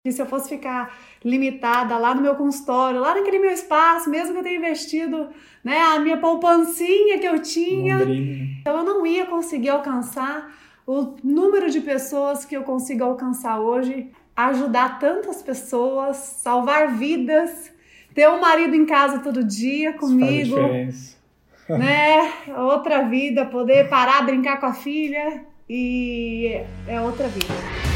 E se eu fosse ficar limitada lá no meu consultório, lá naquele meu espaço, mesmo que eu tenha investido, né, a minha poupancinha que eu tinha, então eu não ia conseguir alcançar o número de pessoas que eu consigo alcançar hoje, ajudar tantas pessoas, salvar vidas, ter um marido em casa todo dia comigo, né, outra vida, poder parar, brincar com a filha, e é outra vida.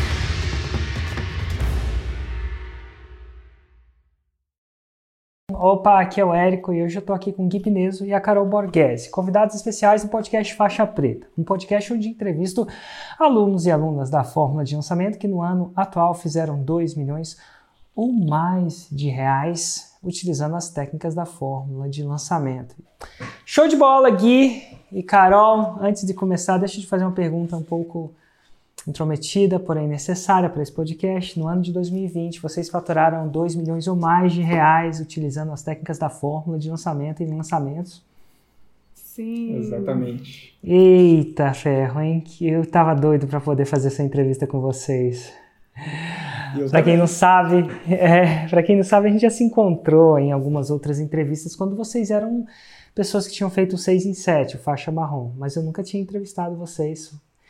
Opa, aqui é o Érico e hoje eu estou aqui com o Gui Pineso e a Carol Borghese, convidados especiais do podcast Faixa Preta, um podcast onde entrevisto alunos e alunas da Fórmula de Lançamento que no ano atual fizeram 2 milhões ou mais de reais utilizando as técnicas da Fórmula de Lançamento. Show de bola, Gui e Carol! Antes de começar, deixa eu te fazer uma pergunta um pouco intrometida, porém necessária para esse podcast. No ano de 2020, vocês faturaram 2 milhões ou mais de reais utilizando as técnicas da Fórmula de Lançamento em lançamentos? Sim. Exatamente. Eita ferro, hein? Eu tava doido para poder fazer essa entrevista com vocês. Para quem não sabe, a gente já se encontrou em algumas outras entrevistas quando vocês eram pessoas que tinham feito o 6 em 7, o faixa marrom, mas eu nunca tinha entrevistado vocês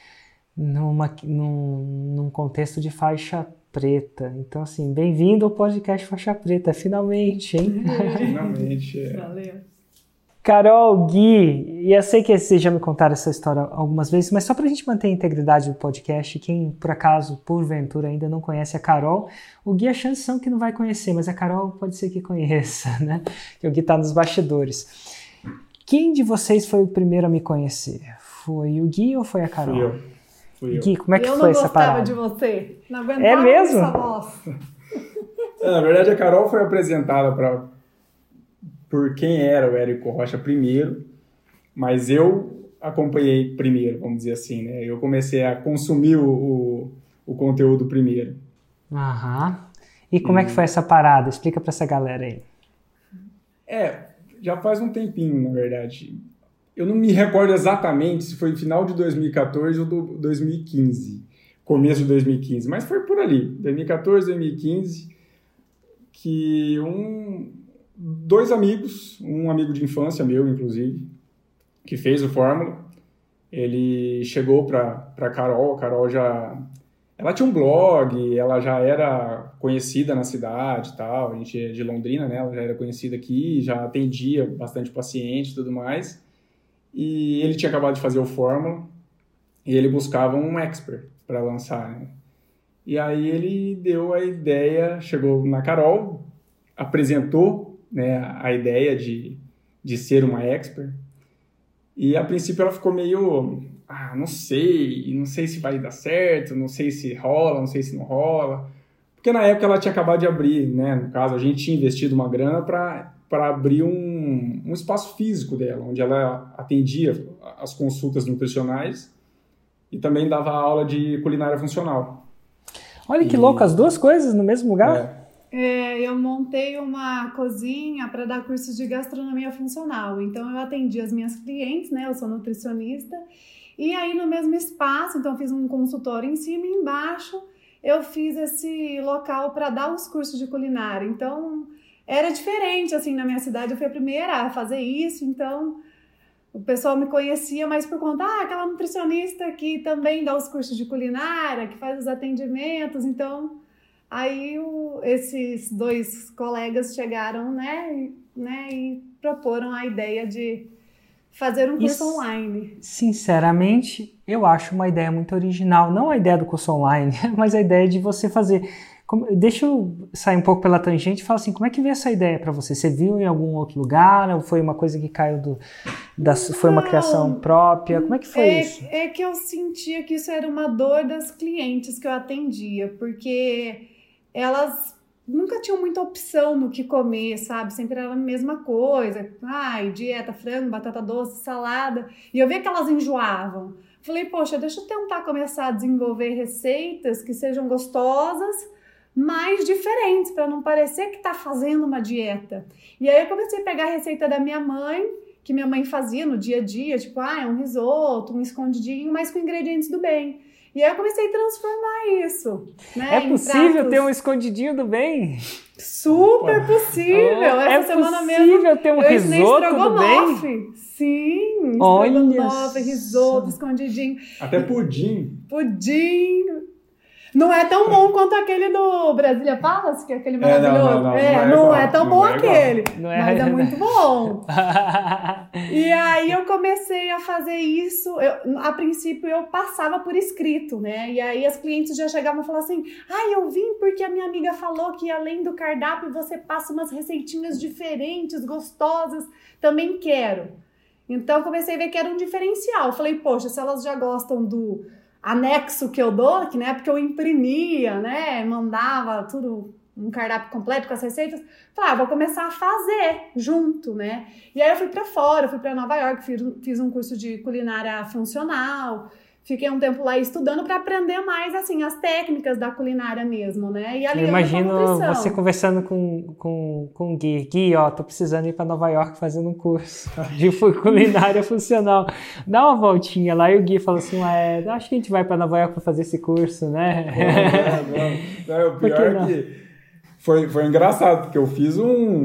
num contexto de faixa preta. Então, assim, bem-vindo ao podcast Faixa Preta, finalmente, hein? Finalmente, é. Valeu. Carol, Gui, e eu sei que vocês já me contaram essa história algumas vezes, mas só pra gente manter a integridade do podcast, quem, por acaso, porventura, ainda não conhece a Carol, o Gui, a chance são que não vai conhecer, mas a Carol pode ser que conheça, né? Que o Gui tá nos bastidores. Quem de vocês foi o primeiro a me conhecer? Foi o Gui ou foi a Carol? Fui eu. Gui, como é que foi essa parada? Eu não gostava de você. Não aguentava é mesmo? essa voz. Na verdade, a Carol foi apresentada por quem era o Érico Rocha primeiro, mas eu acompanhei primeiro, vamos dizer assim, né? Eu comecei a consumir o conteúdo primeiro. Aham. E como é que foi essa parada? Explica pra essa galera aí. Já faz um tempinho, na verdade. Eu não me recordo exatamente se foi final de 2014 ou 2015, começo de 2015, mas foi por ali, 2014, 2015, que dois amigos, um amigo de infância meu, inclusive, que fez o Fórmula, ele chegou para Carol. A Carol ela tinha um blog, ela já era conhecida na cidade e tal, a gente é de Londrina, né? Ela já era conhecida aqui, já atendia bastante paciente e tudo mais. E ele tinha acabado de fazer o Fórmula e ele buscava um expert para lançar, né? E aí ele deu a ideia, chegou na Carol, apresentou, né, a ideia de ser uma expert. E a princípio ela ficou meio, não sei se vai dar certo, não sei se rola, não sei se não rola. Porque na época ela tinha acabado de abrir, né? No caso, a gente tinha investido uma grana para abrir um espaço físico dela, onde ela atendia as consultas nutricionais e também dava aula de culinária funcional. Olha que louco, as duas coisas no mesmo lugar? Eu montei uma cozinha para dar cursos de gastronomia funcional. Então eu atendi as minhas clientes, né? Eu sou nutricionista. E aí no mesmo espaço, então eu fiz um consultório em cima e embaixo eu fiz esse local para dar os cursos de culinária. Então era diferente, assim, na minha cidade, eu fui a primeira a fazer isso, então o pessoal me conhecia mais por conta, aquela nutricionista que também dá os cursos de culinária, que faz os atendimentos, então aí esses dois colegas chegaram, né, e proporam a ideia de fazer um curso online. Sinceramente, eu acho uma ideia muito original, não a ideia do curso online, mas a ideia de você fazer... Deixa eu sair um pouco pela tangente e falar assim, como é que veio essa ideia para você? Você viu em algum outro lugar? Ou foi uma coisa que caiu foi uma criação própria? Como é que foi isso? É que eu sentia que isso era uma dor das clientes que eu atendia, porque elas nunca tinham muita opção no que comer, sabe? Sempre era a mesma coisa. Dieta, frango, batata doce, salada. E eu via que elas enjoavam. Falei, poxa, deixa eu tentar começar a desenvolver receitas que sejam gostosas, mais diferentes, para não parecer que tá fazendo uma dieta. E aí eu comecei a pegar a receita da minha mãe, que minha mãe fazia no dia a dia, tipo, um risoto, um escondidinho, mas com ingredientes do bem. E aí eu comecei a transformar isso, né? É possível ter um escondidinho do bem? Super possível! Essa semana mesmo ter um eu ensinei risoto do bem? Sim, estrogonofe, risoto, escondidinho. Até pudim. Pudim. Não é tão bom quanto aquele do Brasília Palace, que é aquele maravilhoso. Não é tão bom aquele, mas é muito bom. E aí eu comecei a fazer isso. A princípio eu passava por escrito, né? E aí as clientes já chegavam e falavam assim: eu vim porque a minha amiga falou que além do cardápio você passa umas receitinhas diferentes, gostosas. Também quero. Então comecei a ver que era um diferencial. Falei, poxa, se elas já gostam do anexo que eu dou, que na época eu imprimia, né, mandava tudo, um cardápio completo com as receitas, falei, vou começar a fazer junto, né, e aí eu fui pra fora, fui pra Nova York, fiz um curso de culinária funcional, fiquei um tempo lá estudando para aprender mais, assim, as técnicas da culinária mesmo, né, e ali eu imagino você conversando com o Gui, tô precisando ir para Nova York fazendo um curso de culinária funcional, dá uma voltinha lá, e o Gui falou assim, acho que a gente vai para Nova York para fazer esse curso, né? O pior é que foi engraçado, porque eu fiz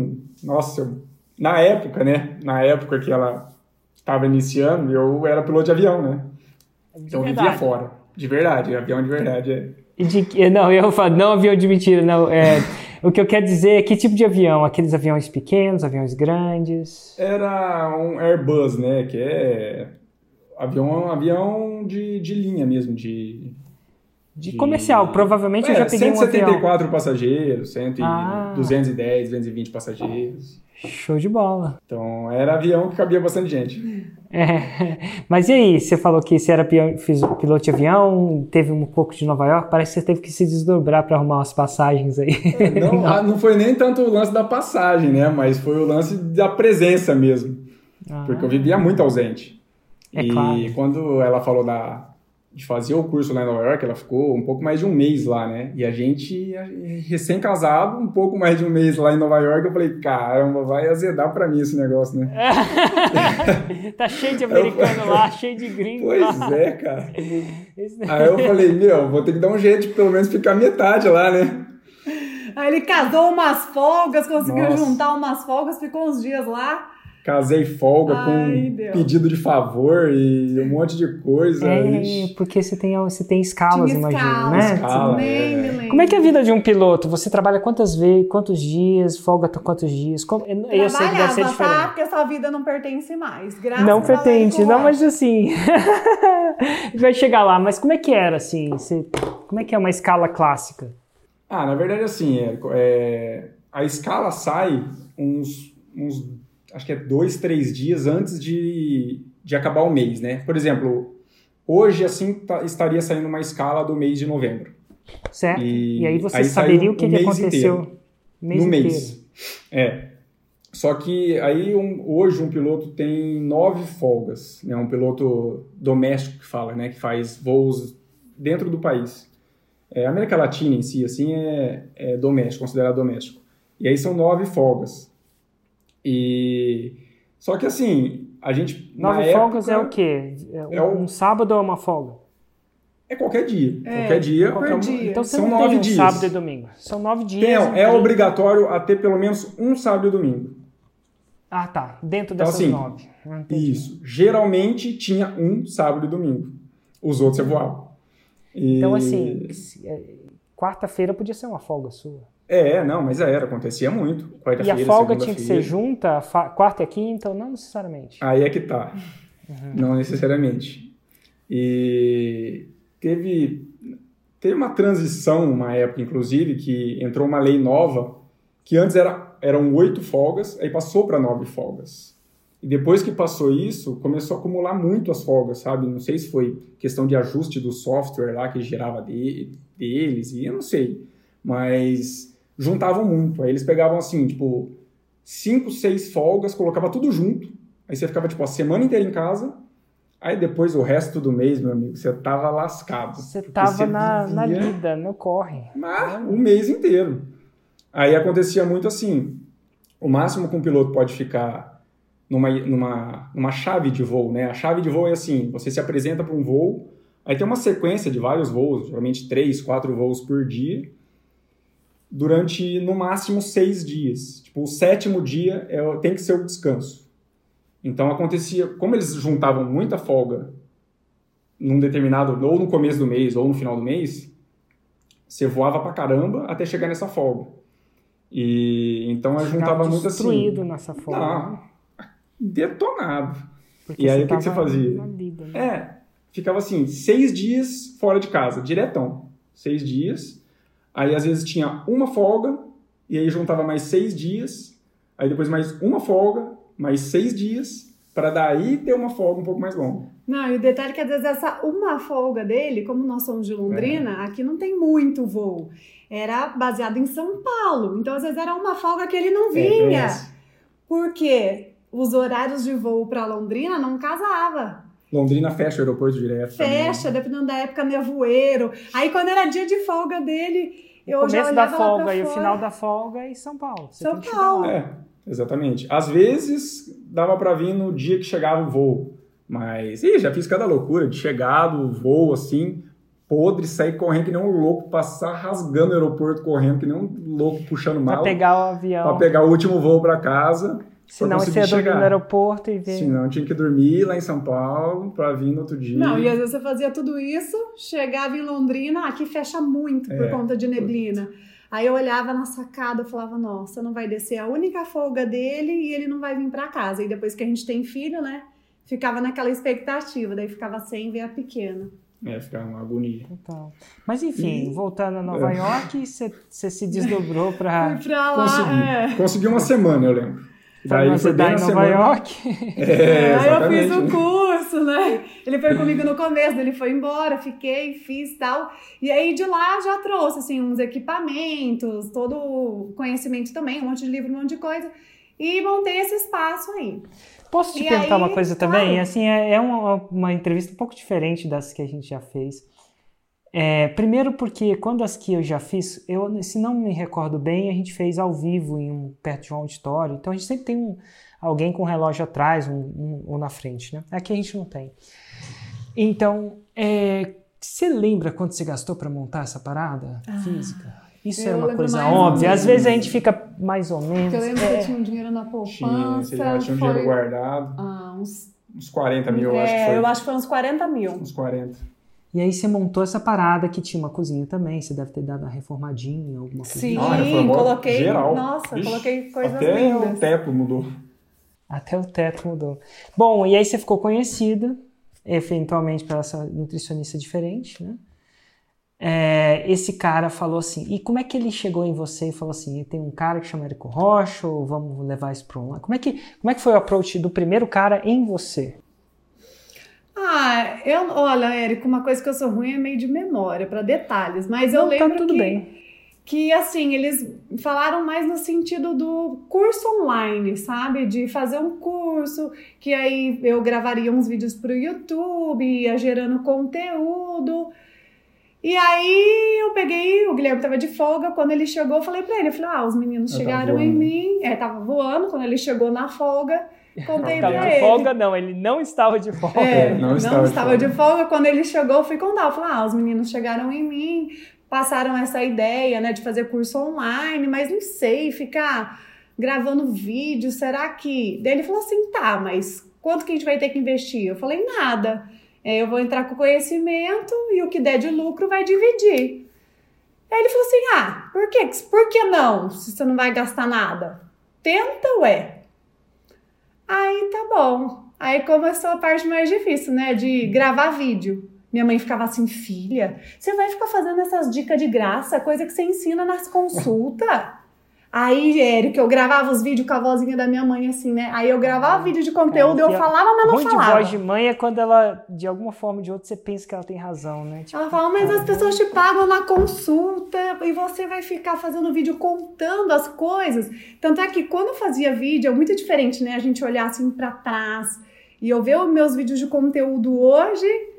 na época que ela estava iniciando, eu era piloto de avião, né? Então eu vivia fora, de verdade, avião de verdade. Não, eu falo, não avião de mentira, não. O que eu quero dizer é que tipo de avião? Aqueles aviões pequenos, aviões grandes? Era um Airbus, né, que é avião de linha mesmo, de comercial, provavelmente eu já peguei um avião. 174 passageiros, 210, 220 passageiros. Show de bola. Então, era avião que cabia bastante gente. Mas e aí, você falou que você era piloto de avião, teve um pouco de Nova York, parece que você teve que se desdobrar para arrumar umas passagens aí. Não foi nem tanto o lance da passagem, né? Mas foi o lance da presença mesmo. Porque eu vivia muito ausente. Claro. Quando ela falou de fazer o curso lá em Nova York, ela ficou um pouco mais de um mês lá, né? E a gente, recém-casado, um pouco mais de um mês lá em Nova York, eu falei, caramba, vai azedar pra mim esse negócio, né? Tá cheio de americano lá, cheio de gringo pois lá. É, cara. Aí eu falei, vou ter que dar um jeito de pelo menos ficar metade lá, né? Aí ele casou umas folgas, conseguiu juntar umas folgas, ficou uns dias lá. Casei folga com pedido de favor e um monte de coisa. Porque você tem escalas, imagino, né? Escala, nem me lembro. Como é que é a vida de um piloto? Você trabalha quantas vezes, quantos dias, folga quantos dias? Eu sei que deve ser diferente. Tá? Porque a sua vida não pertence mais. Graças não pertence, não, mas assim... a gente vai chegar lá, mas como é que era, assim? Como é que é uma escala clássica? Na verdade, assim, a escala sai uns acho que 2, 3 dias antes de acabar o mês, né? Por exemplo, hoje, assim, estaria saindo uma escala do mês de novembro. Certo. E aí você saberia o que aconteceu no mês. Só que aí hoje um piloto tem 9 folgas, né? Um piloto doméstico que fala, né? Que faz voos dentro do país. A América Latina em si, assim, é doméstico, considerado doméstico. E aí são 9 folgas. Só que assim, a gente... 9 folgas é o quê? Um sábado ou é uma folga? É qualquer dia. Qualquer dia. Então você são não 9 tem dias. Sábado e domingo. São 9 dias. É obrigatório a ter pelo menos um sábado e domingo. Tá. Dentro dessas então, 9. Isso. Geralmente tinha um sábado e domingo. Os outros você voava. Então assim, quarta-feira podia ser uma folga sua. Mas acontecia muito. E a folga tinha que ser junta, quarta e quinta, ou não necessariamente? Aí é que tá. Não necessariamente. E teve uma transição, uma época, inclusive, que entrou uma lei nova, que antes eram 8 folgas, aí passou para 9 folgas. E depois que passou isso, começou a acumular muito as folgas, sabe? Não sei se foi questão de ajuste do software lá que gerava deles, e eu não sei. Mas juntavam muito. Aí eles pegavam assim, 5, 6 folgas, colocava tudo junto. Aí você ficava, a semana inteira em casa. Aí depois o resto do mês, meu amigo, você tava lascado. Você tava na lida, no corre. O mês inteiro. Aí acontecia muito assim. O máximo que um piloto pode ficar numa chave de voo, né? A chave de voo é assim, você se apresenta para um voo, Aí tem uma sequência de vários voos, geralmente 3, 4 voos por dia, durante, no máximo, 6 dias. Tipo, o 7º dia tem que ser o descanso. Então, acontecia... Como eles juntavam muita folga num determinado... Ou no começo do mês, ou no final do mês, você voava pra caramba até chegar nessa folga. E então, eu juntava muito assim... Destruído nessa folga. Não, detonado. Porque e aí, o que você fazia? Vida, né? Ficava assim, 6 dias fora de casa, diretão. 6 dias... Aí, às vezes, tinha uma folga, e aí juntava mais 6 dias, aí depois mais uma folga, mais 6 dias, para daí ter uma folga um pouco mais longa. Não, e o detalhe é que, às vezes, essa uma folga dele, como nós somos de Londrina, aqui não tem muito voo. Era baseado em São Paulo. Então, às vezes, era uma folga que ele não vinha. Porque os horários de voo para Londrina não casava. Londrina fecha o aeroporto direto. Fecha, também. Dependendo da época, nevoeiro. Aí, quando era dia de folga dele, eu já olhava da folga lá e fora. O final da folga em São Paulo. São Paulo. Exatamente. Às vezes, dava para vir no dia que chegava o voo. Mas, já fiz cada loucura de chegar do voo, assim, podre, sair correndo que nem um louco, passar rasgando o aeroporto, correndo que nem um louco, puxando mala. Pra pegar o avião. Pra pegar o último voo para casa. Senão você ia dormir no aeroporto e ver. Senão tinha que dormir lá em São Paulo para vir no outro dia. Não, e às vezes você fazia tudo isso, chegava em Londrina, aqui fecha muito por conta de neblina. Aí eu olhava na sacada e falava, nossa, não vai descer a única folga dele e ele não vai vir para casa. E depois que a gente tem filho, né, ficava naquela expectativa, daí ficava sem ver a pequena. Ficava uma agonia. Total. Mas enfim, voltando a Nova York, você se desdobrou para Consegui uma semana, eu lembro. Daí foi bem em Nova York. Aí eu fiz o curso, né? Ele foi comigo no começo, ele foi embora, fiquei, fiz tal. E aí de lá já trouxe, assim, uns equipamentos, todo o conhecimento também, um monte de livro, um monte de coisa. E montei esse espaço aí. Posso te perguntar uma coisa também? Assim, é uma entrevista um pouco diferente das que a gente já fez. Primeiro porque quando as que eu já fiz, se não me recordo bem, a gente fez ao vivo perto de um auditório, então a gente sempre tem alguém com um relógio atrás ou na frente, né? Aqui a gente não tem. Então, você lembra quanto você gastou para montar essa parada física? Isso era uma coisa óbvia. Às vezes a gente fica mais ou menos... Porque eu lembro que eu tinha um dinheiro na poupança. Você já tinha um dinheiro guardado. Uns 40 mil, eu acho que foi. Eu acho que foi uns 40 mil. Uns 40. E aí você montou essa parada que tinha uma cozinha também, você deve ter dado uma reformadinha, alguma coisa. Sim, coloquei, geral. Nossa, coloquei coisas até lindas. Até o teto mudou. Até o teto mudou. Bom, e aí você ficou conhecida, eventualmente pela essa nutricionista diferente, né? Esse cara falou assim, e como é que ele chegou em você e falou assim, tem um cara que chama Érico Rocha, ou vamos levar isso para online? Como é que foi o approach do primeiro cara em você? Olha, Érico, uma coisa que eu sou ruim é meio de memória, para detalhes, mas eu lembro tudo bem. Que, assim, eles falaram mais no sentido do curso online, sabe? De fazer um curso, que aí eu gravaria uns vídeos pro YouTube, ia gerando conteúdo. E aí eu peguei, o Guilherme tava de folga, quando ele chegou, eu falei pra ele, os meninos chegaram em mim, tava voando, quando ele chegou na folga, contei pra ele. De folga não, ele não estava de folga. Não estava de folga, quando ele chegou, eu fui contar, eu falei, os meninos chegaram em mim, passaram essa ideia, né, de fazer curso online, mas não sei, ficar gravando vídeo, será que... Daí ele falou assim, mas quanto que a gente vai ter que investir? Eu falei, nada. Eu vou entrar com conhecimento e o que der de lucro vai dividir. Aí ele falou assim, por quê? Por que não, se você não vai gastar nada? Tenta, Aí tá bom. Aí começou a parte mais difícil, né, de gravar vídeo. Minha mãe ficava assim, filha, você vai ficar fazendo essas dicas de graça, coisa que você ensina nas consultas. Aí, Érico, eu gravava os vídeos com a vozinha da minha mãe, assim, né? Aí eu gravava vídeo de conteúdo, eu falava, mas não falava. Ruim de voz de mãe é quando ela, de alguma forma ou de outra, você pensa que ela tem razão, né? Ela fala, mas as pessoas te pagam na consulta e você vai ficar fazendo vídeo contando as coisas. Tanto é que quando eu fazia vídeo, é muito diferente, né? A gente olhar assim pra trás e eu ver os meus vídeos de conteúdo hoje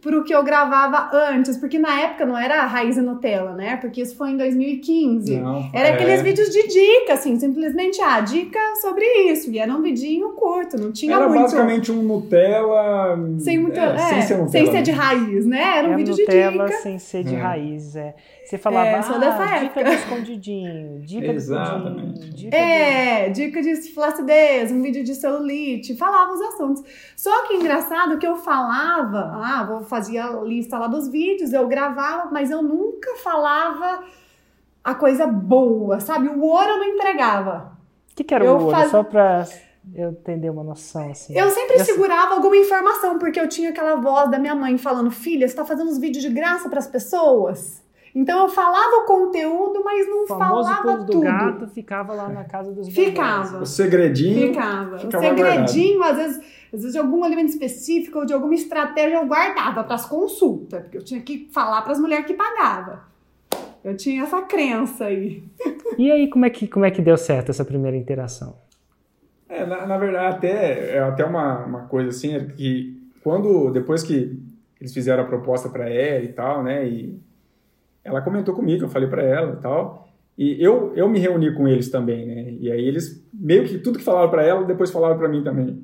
pro que eu gravava antes, porque na época não era Raiz e Nutella, né? Porque isso foi em 2015. Não, era aqueles vídeos de dica, assim, simplesmente, dica sobre isso. E era um vidinho curto, não tinha era muito... Era basicamente um Nutella... Sem ser Nutella. Sem ser de raiz, né? Era um vídeo Nutella de dica. sem ser de raiz, Você falava, sou dessa dica época. do escondidinho, dica Exatamente. do pudim, dica de flacidez, um vídeo de celulite, falava os assuntos. Só que engraçado que eu falava, fazia a lista lá dos vídeos, eu gravava, mas eu nunca falava a coisa boa, sabe? O ouro eu não entregava. O que era o ouro? Só pra eu entender uma noção, assim. Eu sempre segurava alguma informação, porque eu tinha aquela voz da minha mãe falando, filha, você tá fazendo uns vídeos de graça pras pessoas? Então eu falava o conteúdo, mas não falava pulo tudo. Do gato ficava lá na casa dos Ficava. O segredinho. Ficava. O segredinho, às vezes de algum alimento específico ou de alguma estratégia eu guardava para as consultas, porque eu tinha que falar para as mulheres que pagavam. Eu tinha essa crença aí. E aí, como é que deu certo essa primeira interação? Na verdade, até uma coisa assim, é que depois que eles fizeram a proposta para ela e tal, né, e ela comentou comigo, eu falei para ela e tal, e eu me reuni com eles também, né, e aí eles, meio que tudo que falaram para ela, depois falaram para mim também.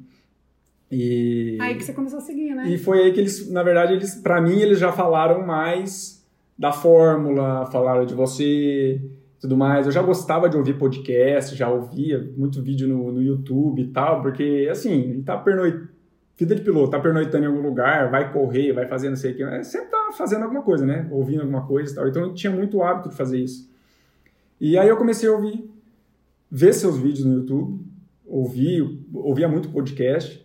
Aí que você começou a seguir, né? E foi aí que eles, na verdade, para mim, eles já falaram mais da fórmula, falaram de você, tudo mais. Eu já gostava de ouvir podcast, já ouvia muito vídeo no YouTube e tal, porque, assim, vida de piloto, tá pernoitando em algum lugar, vai correr, vai fazer não sei o que, sempre tá fazendo alguma coisa, né? Ouvindo alguma coisa e tal. Então eu tinha muito hábito de fazer isso. E aí eu comecei a ver seus vídeos no YouTube, ouvia muito podcast,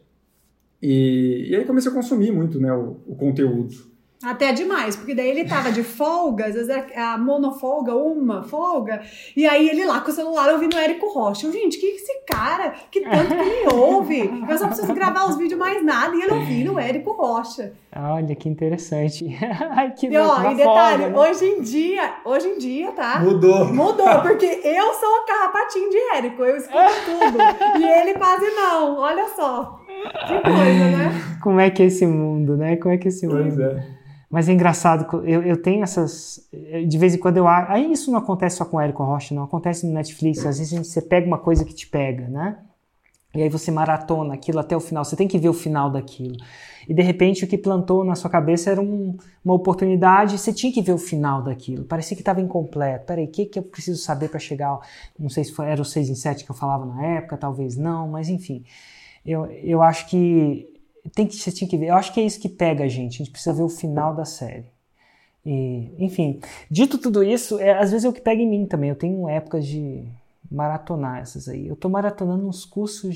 e aí comecei a consumir muito, né, o conteúdo. Até demais, porque daí ele tava de folga, às vezes a monofolga, uma folga, e aí ele lá com o celular ouvindo o Érico Rocha. Gente, que esse cara, que tanto que ele ouve? Eu só preciso gravar os vídeos mais nada, e ele ouvindo o Érico Rocha. Olha, que interessante. Ai, que e detalhe, folga, né? hoje em dia, tá? Mudou, porque eu sou o carrapatinho de Érico, eu escuto tudo, e ele quase não, olha só. Que coisa, né? Como é que é esse mundo, né? Pois é. Mas é engraçado, eu tenho essas... De vez em quando eu... Aí isso não acontece só com o Érico Rocha, não. Acontece no Netflix. Às vezes você pega uma coisa que te pega, né? E aí você maratona aquilo até o final. Você tem que ver o final daquilo. E de repente o que plantou na sua cabeça era uma oportunidade. Você tinha que ver o final daquilo. Parecia que estava incompleto. Peraí, o que eu preciso saber para chegar... Não sei se era o 6 em 7 que eu falava na época, talvez não. Mas enfim, eu acho que... Você tinha que ver. Eu acho que é isso que pega a gente precisa ver o final da série. E, enfim, dito tudo isso, às vezes é o que pega em mim também. Eu tenho épocas de maratonar essas aí. Eu tô maratonando uns cursos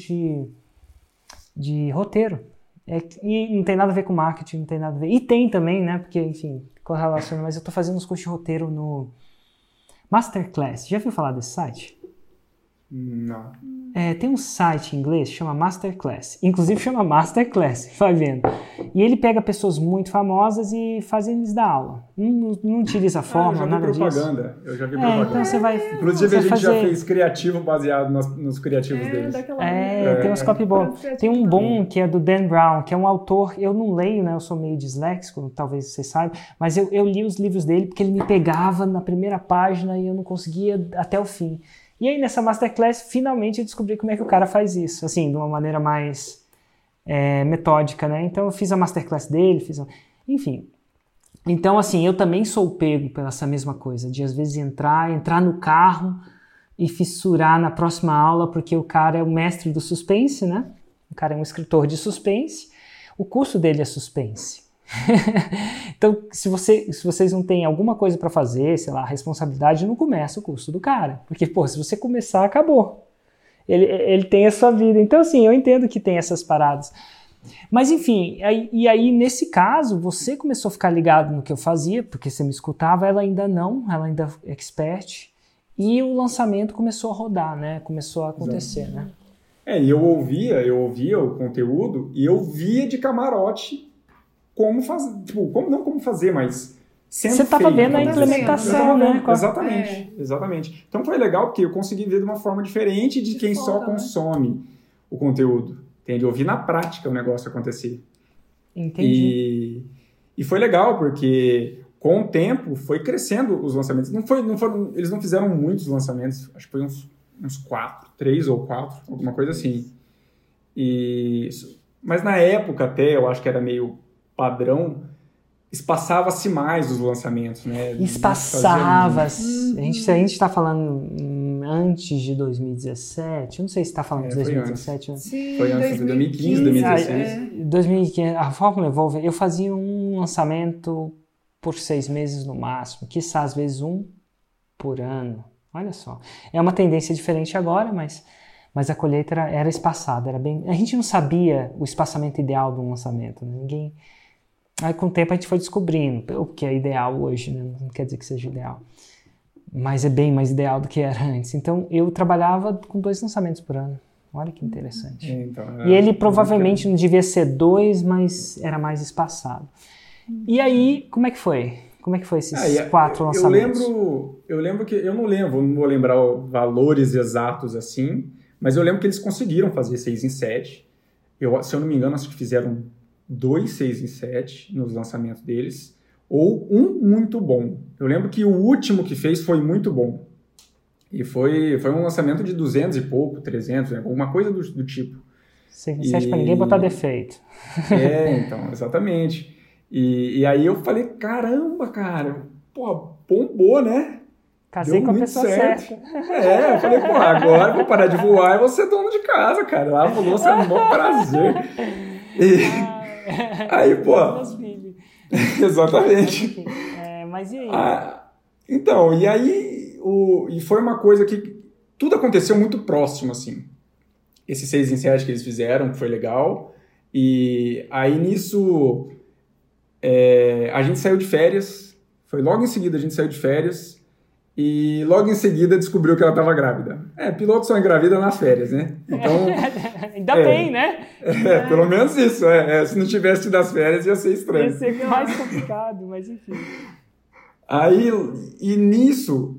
de roteiro. E não tem nada a ver com marketing, não tem nada a ver. E tem também, né? Porque, enfim, correlaciona. Mas eu tô fazendo uns cursos de roteiro no Masterclass. Já ouviu falar desse site? Não. Tem um site em inglês que chama Masterclass. Inclusive chama Masterclass, vai vendo. E ele pega pessoas muito famosas e faz eles dar aula. Não utiliza a forma, nada disso. Eu já vi propaganda. Então você vai... Inclusive a gente já fez criativo baseado nos criativos deles. Tem uns copy bons. Tem um bom que é do Dan Brown, que é um autor... Eu não leio, né? Eu sou meio disléxico, talvez vocês saibam. Mas eu li os livros dele porque ele me pegava na primeira página e eu não conseguia até o fim. E aí, nessa Masterclass, finalmente eu descobri como é que o cara faz isso, assim, de uma maneira mais metódica, né? Então, eu fiz a Masterclass dele, enfim. Então, assim, eu também sou pego pela essa mesma coisa, de às vezes entrar no carro e fissurar na próxima aula, porque o cara é o mestre do suspense, né? O cara é um escritor de suspense, o curso dele é suspense. Então, se vocês não têm alguma coisa para fazer, sei lá, responsabilidade, não começa o curso do cara. Porque, se você começar, acabou. Ele tem a sua vida. Então, assim, eu entendo que tem essas paradas. Mas, enfim, aí nesse caso, você começou a ficar ligado no que eu fazia, porque você me escutava, ela ainda é expert, e o lançamento começou a rodar, né? Começou a acontecer, né? E eu ouvia o conteúdo e eu via de camarote como fazer, como fazer, mas sendo você estava vendo a implementação, né? Exatamente. Então foi legal porque eu consegui ver de uma forma diferente de quem só consome o conteúdo. Entende? Ouvir na prática o negócio acontecer. Entendi. E foi legal, porque com o tempo foi crescendo os lançamentos. Eles não fizeram muitos lançamentos, acho que foi uns 4, 3 ou 4, alguma coisa assim. Mas na época até, eu acho que era meio padrão, espaçava-se mais os lançamentos, né? Espaçava-se. A gente está falando antes de 2017, eu não sei se está falando de 2017. Sim, foi antes de 2015, 2016. 2015, a Fórmula Evolve, eu fazia um lançamento por 6 meses no máximo, quiçá às vezes um por ano. Olha só. É uma tendência diferente agora, mas a colheita era espaçada, a gente não sabia o espaçamento ideal de um lançamento, né? Aí com o tempo a gente foi descobrindo o que é ideal hoje, né? Não quer dizer que seja ideal, mas é bem mais ideal do que era antes. Então eu trabalhava com 2 lançamentos por ano. Olha que interessante. Então, e ele provavelmente não devia ser 2, mas era mais espaçado. E aí, como é que foi? Como é que foi esses 4 lançamentos? Eu lembro que, não vou lembrar valores exatos assim, mas eu lembro que eles conseguiram fazer 6 em 7. Se eu não me engano, acho que fizeram 2 6 em 7 nos lançamentos deles, ou um muito bom. Eu lembro que o último que fez foi muito bom. E foi um lançamento de 200 e pouco, 300, né? Alguma coisa do tipo. 6 em 7 para ninguém botar defeito. Então, exatamente. E aí eu falei, caramba, cara, pô, bombou, né? Casei Deu com a muito pessoa certo. certa. Eu falei, pô, agora eu vou parar de voar e vou ser dono de casa, cara. Lá falou, você é um bom prazer. Aí, pô... Exatamente. Mas e aí? Então, e aí... E foi uma coisa que... Tudo aconteceu muito próximo, assim. Esse 6 em 7 que eles fizeram, que foi legal. E aí, nisso... a gente saiu de férias. Foi logo em seguida a gente saiu de férias. E logo em seguida descobriu que ela estava grávida. Piloto só engravida nas férias, né? Então... Ainda bem, né? Pelo menos isso. Se não tivesse tido as férias, ia ser estranho. Ia ser mais complicado, mas enfim. Aí, e nisso,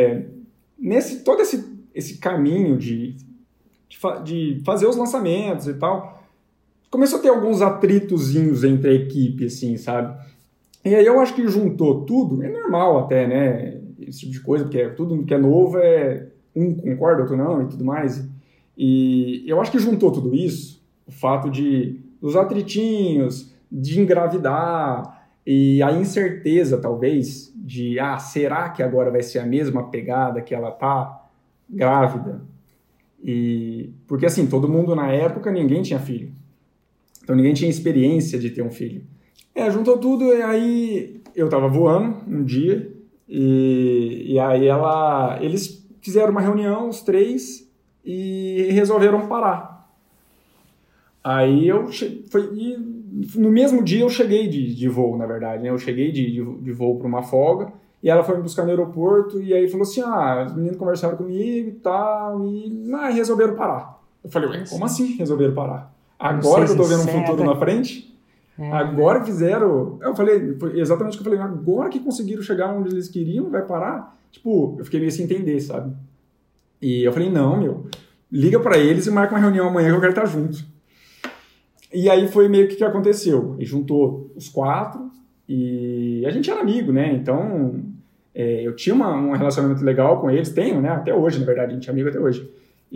todo esse caminho de fazer os lançamentos e tal, começou a ter alguns atritozinhos entre a equipe, assim, sabe? E aí eu acho que juntou tudo, é normal até, né? Esse tipo de coisa, porque tudo que é novo um concorda, outro não e tudo mais. E eu acho que juntou tudo isso, o fato dos atritinhos, de engravidar e a incerteza, talvez, de, será que agora vai ser a mesma pegada que ela tá grávida? Porque, assim, todo mundo na época, ninguém tinha filho. Então, ninguém tinha experiência de ter um filho. Juntou tudo e aí eu tava voando um dia e aí eles fizeram uma reunião, os 3, e resolveram parar. Aí no mesmo dia eu cheguei de voo, na verdade, né? Eu cheguei de voo para uma folga e ela foi me buscar no aeroporto e aí falou assim, os meninos conversaram comigo e tal e resolveram parar. Eu falei, ué, como assim resolveram parar? Agora que eu tô vendo um futuro na frente? Agora fizeram... Eu falei, foi exatamente o que eu falei, agora que conseguiram chegar onde eles queriam, vai parar? Tipo, eu fiquei meio sem entender, sabe? E eu falei, não, liga pra eles e marca uma reunião amanhã que eu quero estar junto. E aí foi meio que aconteceu. E juntou os 4 e a gente era amigo, né? Então, eu tinha um relacionamento legal com eles, tenho, né? Até hoje, na verdade, a gente é amigo até hoje.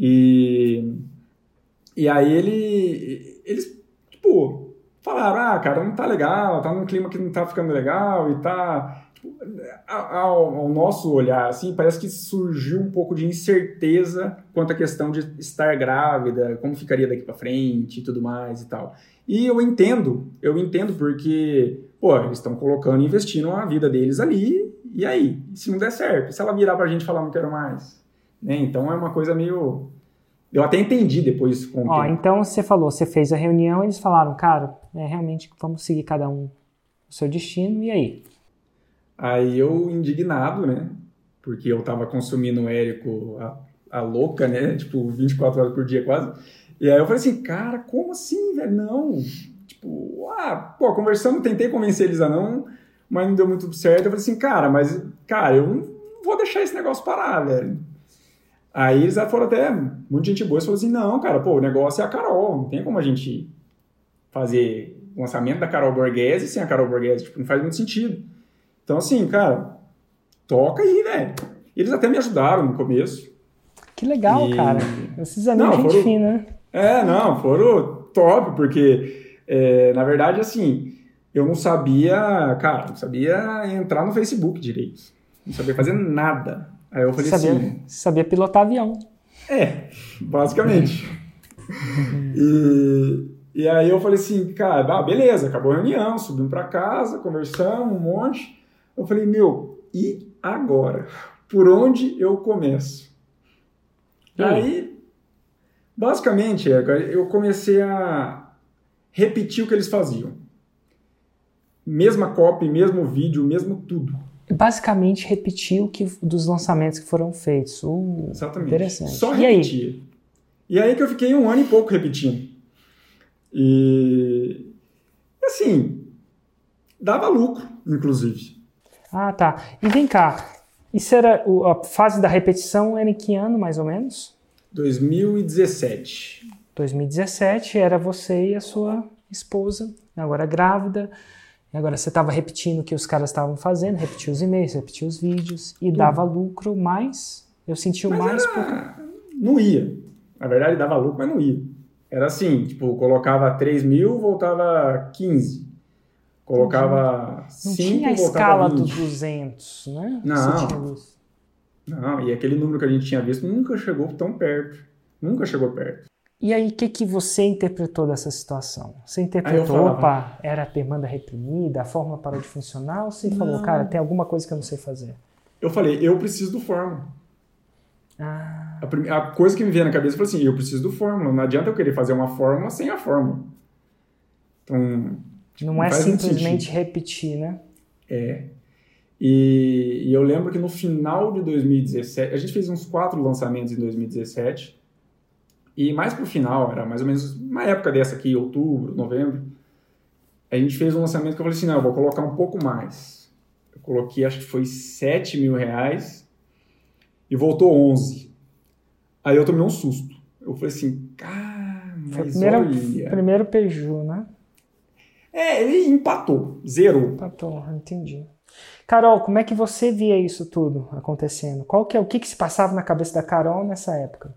E aí eles, tipo... Falaram, cara, não tá legal, tá num clima que não tá ficando legal e tá... Tipo, ao nosso olhar, assim, parece que surgiu um pouco de incerteza quanto à questão de estar grávida, como ficaria daqui pra frente e tudo mais e tal. E eu entendo porque, eles estão colocando e investindo a vida deles ali, e aí? Se não der certo? Se ela virar pra gente e falar, não quero mais? Né? Então é uma coisa meio... Eu até entendi depois com o tempo. Então você fez a reunião, eles falaram, cara, realmente vamos seguir cada um o seu destino, e aí? Aí eu, indignado, né, porque eu tava consumindo o Érico a louca, né, tipo, 24 horas por dia quase, e aí eu falei assim, cara, como assim, velho, não, tipo, conversamos, tentei convencer eles a não, mas não deu muito certo, eu falei assim, cara, eu não vou deixar esse negócio parar, velho. Aí eles foram até, muita gente boa, e falaram assim, não, cara, o negócio é a Carol, não tem como a gente fazer o lançamento da Carol Borghese sem a Carol Borghese, tipo, não faz muito sentido. Então, assim, cara, toca aí, velho. Eles até me ajudaram no começo. Que legal, cara. Esses amigos de gente fina, né? Foram top, porque, na verdade, assim, eu não sabia, cara, não sabia entrar no Facebook direito. Não sabia fazer nada. Aí eu falei assim... Sabia pilotar avião. Basicamente. E aí eu falei assim, cara, beleza, acabou a reunião, subimos pra casa, conversamos um monte. Eu falei, e agora? Por onde eu começo? Aí, basicamente, eu comecei a repetir o que eles faziam. Mesma copy, mesmo vídeo, mesmo tudo. Basicamente, repetir dos lançamentos que foram feitos. Exatamente. Interessante. Só repetir. E aí que eu fiquei 1 ano e pouco repetindo. E, assim, dava lucro, inclusive. Ah, tá. E vem cá, isso era a fase da repetição era em que ano, mais ou menos? 2017. 2017, era você e a sua esposa, agora grávida, e agora você estava repetindo o que os caras estavam fazendo, repetia os e-mails, repetia os vídeos, e dava lucro, mas eu senti mais... Não ia. Na verdade, dava lucro, mas não ia. Era assim, tipo, colocava 3 mil, voltava 15. Colocava 5, não tinha a escala dos 200, né? Não, e aquele número que a gente tinha visto nunca chegou tão perto. Nunca chegou perto. E aí, o que você interpretou dessa situação? Você interpretou, era a demanda reprimida, a fórmula parou de funcionar, ou você falou, cara, tem alguma coisa que eu não sei fazer? Eu falei, eu preciso do fórmula. A coisa que me veio na cabeça foi assim, eu preciso do fórmula. Não adianta eu querer fazer uma fórmula sem a fórmula. Então... Não é simplesmente repetir, né? E eu lembro que no final de 2017, a gente fez uns 4 lançamentos em 2017, e mais pro final, era mais ou menos uma época dessa aqui, outubro, novembro, a gente fez um lançamento que eu falei assim, eu vou colocar um pouco mais. Eu coloquei, acho que foi R$7 mil, e voltou 11. Aí eu tomei um susto. Eu falei assim, cara, mas olha... Primeiro Peju, né? Ele empatou, zerou. Empatou, entendi. Carol, como é que você via isso tudo acontecendo? O que se passava na cabeça da Carol nessa época?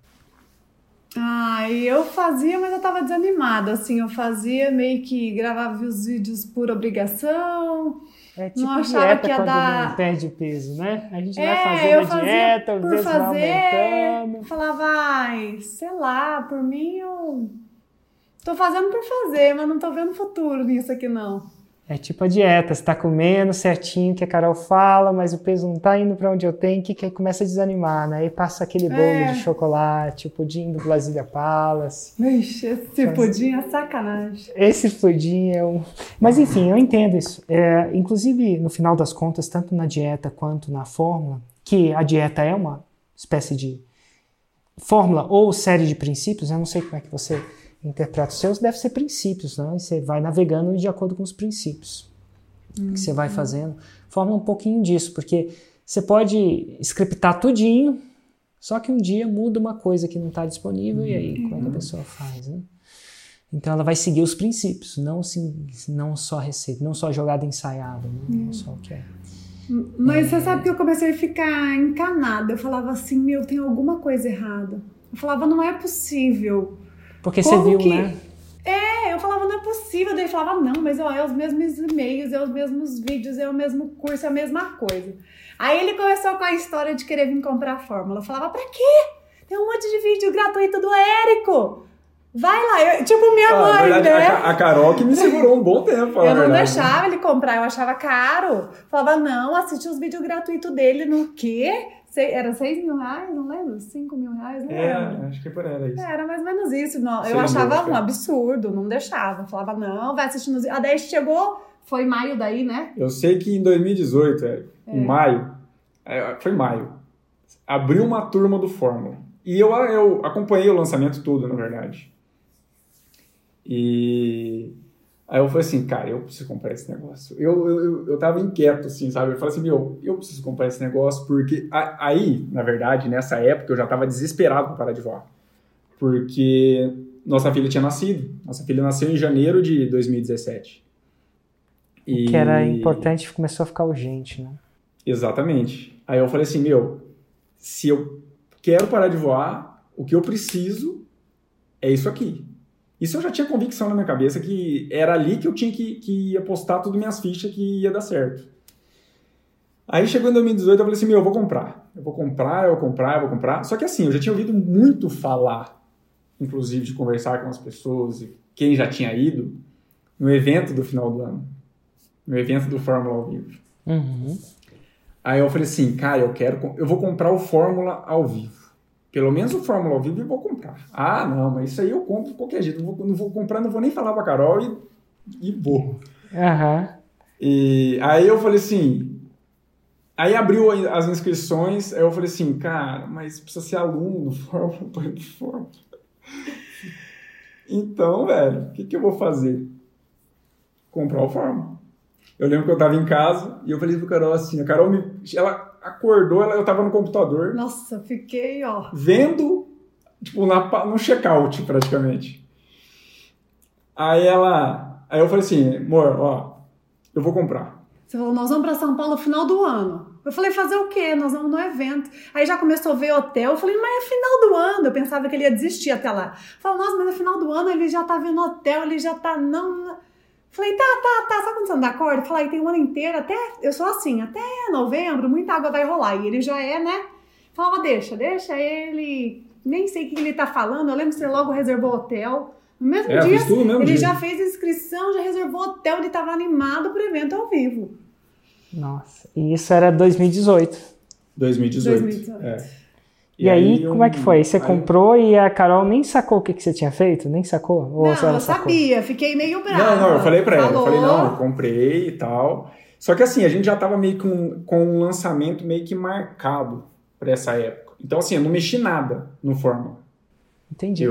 Eu fazia, mas eu tava desanimada, assim, eu fazia meio que gravava os vídeos por obrigação. Tipo não achava dieta que ia quando dar... não perde peso, né? A gente vai fazendo a dieta, os vezes vai aumentando. Falava, sei lá, por mim eu tô fazendo por fazer, mas não tô vendo futuro nisso aqui não. É tipo a dieta, você tá comendo certinho que a Carol fala, mas o peso não tá indo pra onde eu tenho, que começa a desanimar, né? Aí passa aquele bolo de chocolate, o pudim do Brasília Palace. Ixi, esse pudim é sacanagem. Esse pudim é um... Mas enfim, eu entendo isso. Inclusive, no final das contas, tanto na dieta quanto na fórmula, que a dieta é uma espécie de fórmula ou série de princípios, eu não sei como é que você... interpreta os seus, deve ser princípios, né? Você vai navegando de acordo com os princípios que você vai fazendo. Forma um pouquinho disso, porque você pode scriptar tudinho, só que um dia muda uma coisa que não está disponível, e aí como é que a pessoa faz, né? Então ela vai seguir os princípios, não só receita, não só jogada ensaiada, né? Não só o que é. Mas você sabe que eu comecei a ficar encanada, eu falava assim, tem alguma coisa errada. Eu falava, não é possível. Porque você viu, né? Eu falava, não é possível. Daí ele falava, não, mas é os mesmos e-mails, é os mesmos vídeos, é o mesmo curso, é a mesma coisa. Aí ele começou com a história de querer vir comprar a fórmula. Eu falava, pra quê? Tem um monte de vídeo gratuito do Érico. Vai lá. Tipo, minha mãe, verdade, né? A Carol que me segurou um bom tempo. Eu não deixava ele comprar, eu achava caro. Falava, não, assiste os vídeos gratuitos dele no quê? Era R$6 mil, não lembro? R$5 mil, não lembro. Acho que era isso. Era mais ou menos isso. Não, eu achava um absurdo, não deixava. Falava, não, vai assistindo. Daí chegou, foi maio daí, né? Eu sei que em 2018, em maio, foi maio, abriu uma turma do Fórmula. E eu acompanhei o lançamento todo, na verdade. E aí eu falei assim, cara, eu preciso comprar esse negócio. Eu tava inquieto, assim, sabe? Eu falei assim, eu preciso comprar esse negócio, porque aí, na verdade, nessa época, eu já tava desesperado pra parar de voar. porque nossa filha tinha nascido. Nossa filha nasceu em janeiro de 2017. O que era importante começou a ficar urgente, né? Exatamente. Aí eu falei assim, se eu quero parar de voar, o que eu preciso é isso aqui. Isso eu já tinha convicção na minha cabeça que era ali que eu tinha que apostar todas as minhas fichas que ia dar certo. Aí chegou em 2018, eu falei assim, eu vou comprar. Eu vou comprar. Só que assim, eu já tinha ouvido muito falar, inclusive de conversar com as pessoas, e quem já tinha ido, no evento do final do ano. No evento do Fórmula ao vivo. Uhum. Aí eu falei assim, cara, eu vou comprar o Fórmula ao vivo. Pelo menos o Fórmula ao vivo eu vou comprar. Ah, não, mas isso aí eu compro de qualquer jeito. Não vou comprar, não vou nem falar pra Carol e vou. Uhum. E aí eu falei assim... Aí abriu as inscrições, aí eu falei assim, cara, mas precisa ser aluno do Fórmula. Então, velho, o que eu vou fazer? Comprar o Fórmula. Eu lembro que eu tava em casa e eu falei pro Carol assim, a Carol ela acordou, eu tava no computador. Nossa, fiquei, ó. Vendo, tipo, no check-out, praticamente. Aí eu falei assim, amor, ó, eu vou comprar. Você falou, nós vamos pra São Paulo no final do ano. Eu falei, fazer o quê? Nós vamos no evento. Aí já começou a ver hotel. Eu falei, mas é final do ano. Eu pensava que ele ia desistir até lá. Eu falei, nossa, mas no final do ano ele já tá vendo hotel, ele já tá não... Falei, tá. Sabe quando você não dá corda? Falei, tem um ano inteiro, eu sou assim, até novembro, muita água vai rolar. E ele já é, né? Falava, deixa ele... Nem sei o que ele tá falando. Eu lembro que você logo reservou hotel. No mesmo dia, ele já fez inscrição, já reservou hotel, ele tava animado pro evento ao vivo. Nossa, e isso era 2018. 2018. É. E aí, como é que foi? Você comprou e a Carol nem sacou o que você tinha feito? Nem sacou? Ou não, eu sabia, fiquei meio brava. Não, eu falei pra ela, eu falei, não, eu comprei e tal. Só que assim, a gente já tava meio com um lançamento meio que marcado pra essa época. Então assim, eu não mexi nada no Fórmula. Entendi.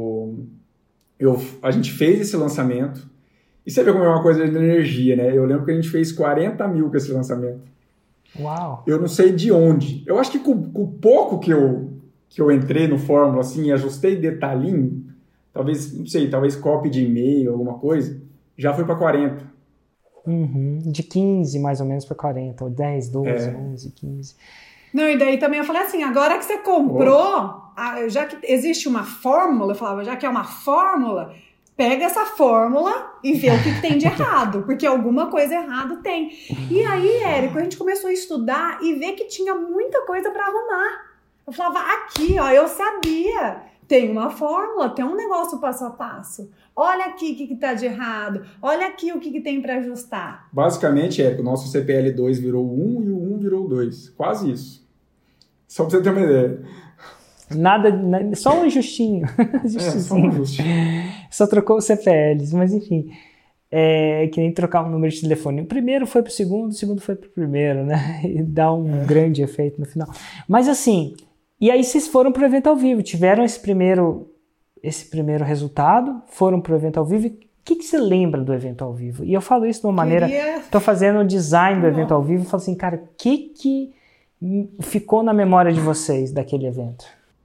A gente fez esse lançamento. E você vê como é uma coisa de energia, né? Eu lembro que a gente fez 40 mil com esse lançamento. Uau! Eu não sei de onde. Eu acho que com o pouco que eu entrei no Fórmula, assim, ajustei detalhinho, talvez copy de e-mail, alguma coisa, já foi para 40. Uhum. De 15 mais ou menos para 40, ou 10, 12, 11, 15. Não, e daí também eu falei assim, agora que você comprou, já que existe uma fórmula, eu falava, já que é uma fórmula, pega essa fórmula e vê o que tem de errado, porque alguma coisa errada tem. E aí, Érico, a gente começou a estudar e ver que tinha muita coisa para arrumar. Eu falava, aqui, ó, eu sabia, tem uma fórmula, tem um negócio passo a passo. Olha aqui o que tá de errado, olha aqui o que tem para ajustar. Basicamente, Érico, o nosso CPL2 virou 1 e o 1 virou 2, quase isso. Só pra você ter uma ideia. Nada, só um justinho. Só um justinho. Só trocou os CPLs, mas enfim. É que nem trocar um número de telefone. O primeiro foi pro segundo, o segundo foi pro primeiro, né? E dá um grande efeito no final. Mas assim, e aí vocês foram pro evento ao vivo, tiveram esse primeiro resultado, foram pro evento ao vivo. O que você lembra do evento ao vivo? E eu falo isso de uma maneira... Tô fazendo o design do evento ao vivo e falo assim, cara, o que ficou na memória de vocês daquele evento?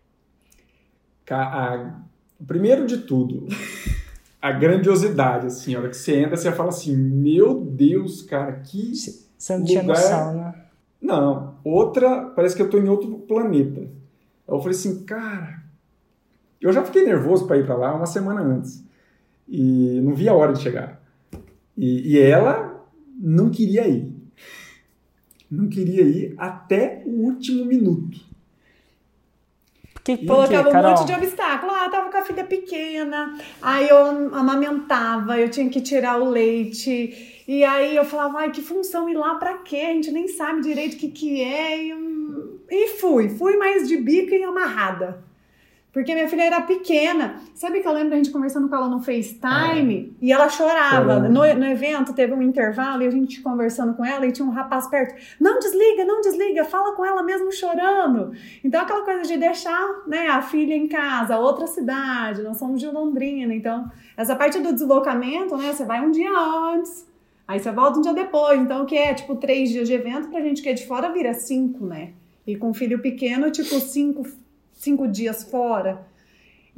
Primeiro de tudo, a grandiosidade, assim, a hora que você entra, você fala assim, meu Deus, cara, que você não tinha noção, né? Não, parece que eu tô em outro planeta. Eu falei assim, cara, eu já fiquei nervoso para ir para lá uma semana antes, e não vi a hora de chegar. E ela não queria ir. Não queria ir até o último minuto. Colocava um monte de obstáculo. Tava com a filha pequena, aí eu amamentava, eu tinha que tirar o leite, e aí eu falava, ai, que função ir lá pra quê? A gente nem sabe direito o que é, e fui mais de bico e amarrada. Porque minha filha era pequena. Sabe que eu lembro da gente conversando com ela no FaceTime? E ela chorava. No evento teve um intervalo e a gente conversando com ela e tinha um rapaz perto. Não desliga, fala com ela mesmo chorando. Então aquela coisa de deixar, né, a filha em casa, outra cidade. Nós somos de Londrina. Então essa parte do deslocamento, né, você vai um dia antes, aí você volta um dia depois. Então o que é tipo 3 dias de evento, pra gente que é de fora vira 5, né? E com filho pequeno, tipo 5 dias fora.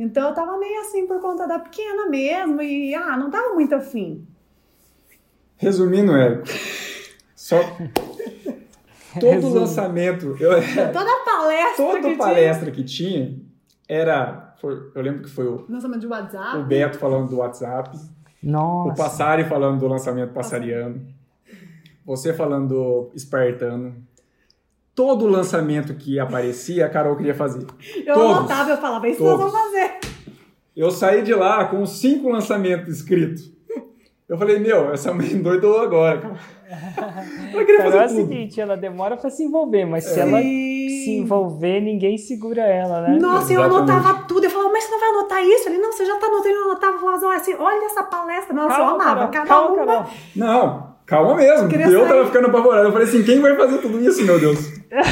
Então eu tava meio assim por conta da pequena mesmo e não tava muito afim. Resumindo, Érico, só todo lançamento, toda palestra que tinha eu lembro que foi o lançamento de WhatsApp, o Beto falando do WhatsApp, Nossa. O Passari falando do lançamento passariano, você falando do espartano. Todo lançamento que aparecia, a Carol queria fazer. Eu anotava, eu falava, isso nós vamos fazer. Eu saí de lá com 5 lançamentos escritos. Eu falei, essa mãe endoidou agora, cara. Ela queria fazer tudo. É o seguinte, ela demora pra se envolver, mas se ela se envolver, ninguém segura ela, né? Nossa, eu anotava tudo. Eu falava, mas você não vai anotar isso? Ele, não, você já tá anotando. Eu anotava, falava assim, olha essa palestra. Nossa, eu amava. Calma. Não, calma mesmo. Eu tava ficando apavorado. Eu falei assim, quem vai fazer tudo isso, meu Deus?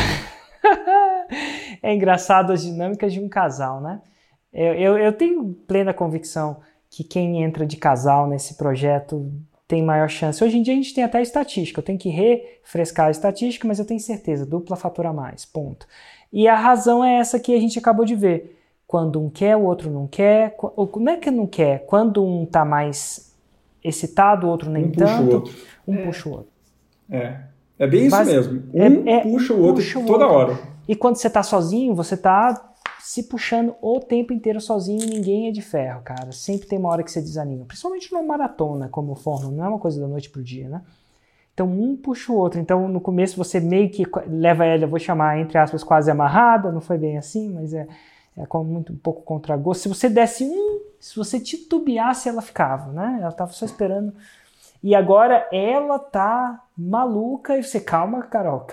É engraçado as dinâmicas de um casal, né? Eu tenho plena convicção que quem entra de casal nesse projeto tem maior chance. Hoje em dia a gente tem até estatística, eu tenho que refrescar a estatística, mas eu tenho certeza, dupla fatura mais, ponto. E a razão é essa que a gente acabou de ver. Quando um quer, o outro não quer. Ou como é que não quer? Quando um tá mais excitado, o outro nem tanto. Puxa o outro. É bem isso mesmo. Puxa o outro toda hora. E quando você tá sozinho, você tá se puxando o tempo inteiro sozinho, ninguém é de ferro, cara. Sempre tem uma hora que você desanima. Principalmente numa maratona, como o Fórmula, não é uma coisa da noite pro dia, né? Então, um puxa o outro. Então, no começo, você meio que leva ela, eu vou chamar, entre aspas, quase amarrada. Não foi bem assim, mas é um pouco contra gosto. Se você desse se você titubeasse, ela ficava, né? Ela tava só esperando. E agora, ela tá maluca. E você, calma, Carol.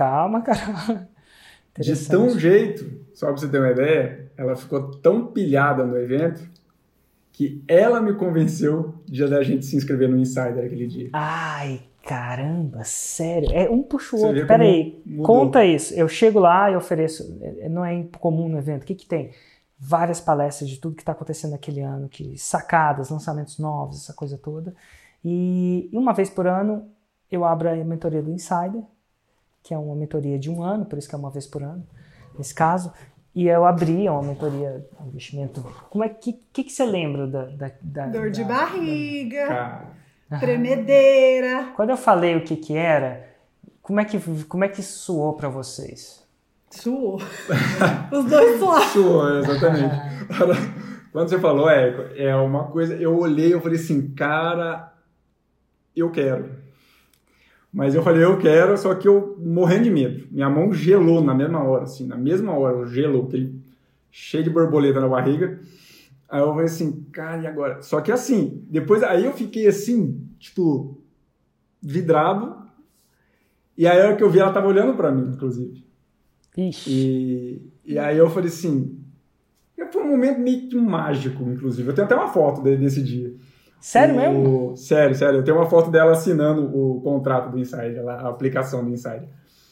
De tão jeito, só pra você ter uma ideia, ela ficou tão pilhada no evento que ela me convenceu de a gente se inscrever no Insider aquele dia. Ai, caramba, sério. Um puxa o outro. Peraí, conta isso. Eu chego lá e ofereço. Não é incomum no evento. O que tem? Várias palestras de tudo que está acontecendo naquele ano, sacadas, lançamentos novos, essa coisa toda. E uma vez por ano eu abro a mentoria do Insider, que é uma mentoria de 1 ano, por isso que é uma vez por ano, nesse caso. E eu abri uma mentoria, um investimento. Como é que você lembra da dor de barriga, tremedeira. Quando eu falei o que era, como é que soou para vocês? Suou. Os dois suaram. Suou, exatamente. Quando você falou, é uma coisa, eu olhei e falei assim, cara, eu quero. Mas eu falei, eu quero, só que eu morrendo de medo. Minha mão gelou na mesma hora, gelou, aquele cheio de borboleta na barriga. Aí eu falei assim, cara, e agora? Só que assim, depois, aí eu fiquei assim, tipo, vidrado. E aí a hora que eu vi, ela tava olhando pra mim, inclusive. Ixi. E aí eu falei assim, foi um momento meio que mágico, inclusive. Eu tenho até uma foto desse dia. Sério mesmo? Sério. Eu tenho uma foto dela assinando o contrato do Insider, a aplicação do Insider.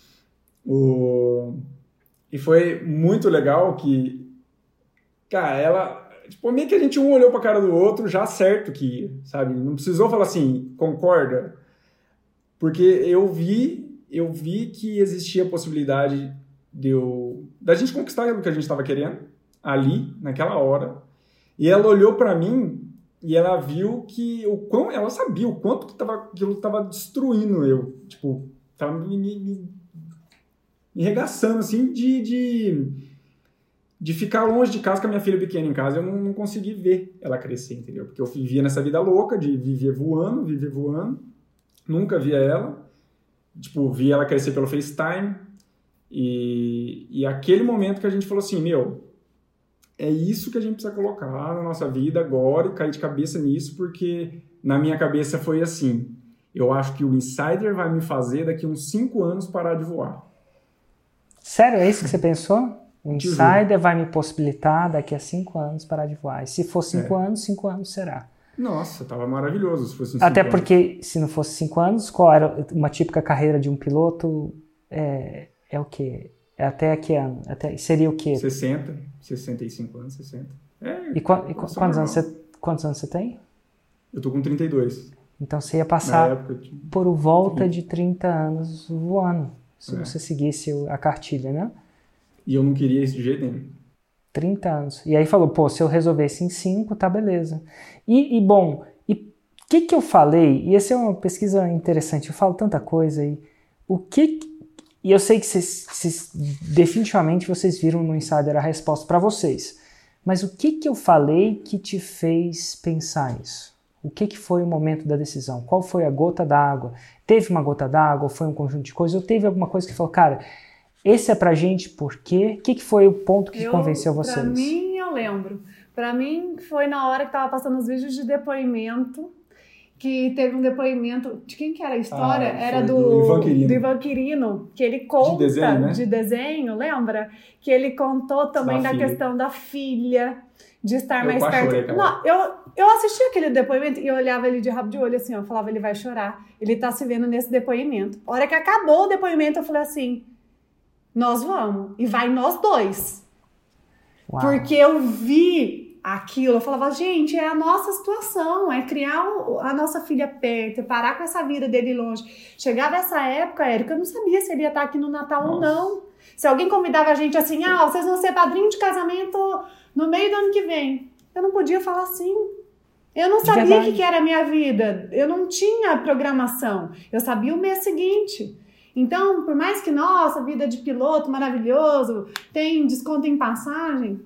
E foi muito legal que, cara, ela... Tipo, meio que a gente olhou pra cara do outro já certo que ia, sabe? Não precisou falar assim, concorda? Porque eu vi que existia a possibilidade da gente conquistar o que a gente estava querendo ali, naquela hora. E ela olhou pra mim e ela viu que ela sabia o quanto que aquilo estava destruindo eu. Tipo, tava me regaçando, assim, de ficar longe de casa com a minha filha pequena em casa. Eu não consegui ver ela crescer, entendeu? Porque eu vivia nessa vida louca de viver voando. Nunca via ela. Tipo, via ela crescer pelo FaceTime. E aquele momento que a gente falou assim, é isso que a gente precisa colocar na nossa vida agora e cair de cabeça nisso, porque na minha cabeça foi assim, eu acho que o Insider vai me fazer daqui uns 5 anos parar de voar. Sério? É isso que você pensou? O Insider vai me possibilitar daqui a 5 anos parar de voar. E se for 5 anos, 5 anos será. Nossa, tava maravilhoso se fosse 5 anos. Até porque, se não fosse 5 anos, qual era uma típica carreira de um piloto? É o quê? Até que ano? Seria o quê? 60, 65 anos, 60. Quantos anos você tem? Eu tô com 32. Então você ia passar por volta de 30 anos voando, se você seguisse a cartilha, né? E eu não queria isso de jeito nenhum. 30 anos. E aí falou, pô, se eu resolvesse em 5, tá beleza. Bom, o que eu falei? E essa é uma pesquisa interessante, eu falo tanta coisa aí. E eu sei que definitivamente vocês viram no Insider a resposta para vocês. Mas o que eu falei que te fez pensar isso? O que foi o momento da decisão? Qual foi a gota d'água? Teve uma gota d'água? Ou foi um conjunto de coisas? Ou teve alguma coisa que falou, cara, esse é pra gente por quê? O que foi o ponto que convenceu vocês? Pra mim, eu lembro. Pra mim, foi na hora que tava passando os vídeos de depoimento, que teve um depoimento, de quem que era a história? Era do Ivan Quirino, que ele conta de desenho, lembra? Que ele contou também da questão da filha, de estar mais perto. Não, eu assisti aquele depoimento e eu olhava ele de rabo de olho assim, eu falava, ele vai chorar, ele tá se vendo nesse depoimento. A hora que acabou o depoimento, eu falei assim, nós vamos, e vai nós dois. Uau. Porque eu vi aquilo, eu falava, gente, é a nossa situação, é criar a nossa filha perto, é parar com essa vida dele longe. Chegava essa época, Érica, eu não sabia se ele ia estar aqui no Natal ou não. Se alguém convidava a gente assim, vocês vão ser padrinho de casamento no meio do ano que vem. Eu não podia falar assim. Eu não sabia o que era a minha vida. Eu não tinha programação. Eu sabia o mês seguinte. Então, por mais que, nossa, vida de piloto maravilhoso, tem desconto em passagem...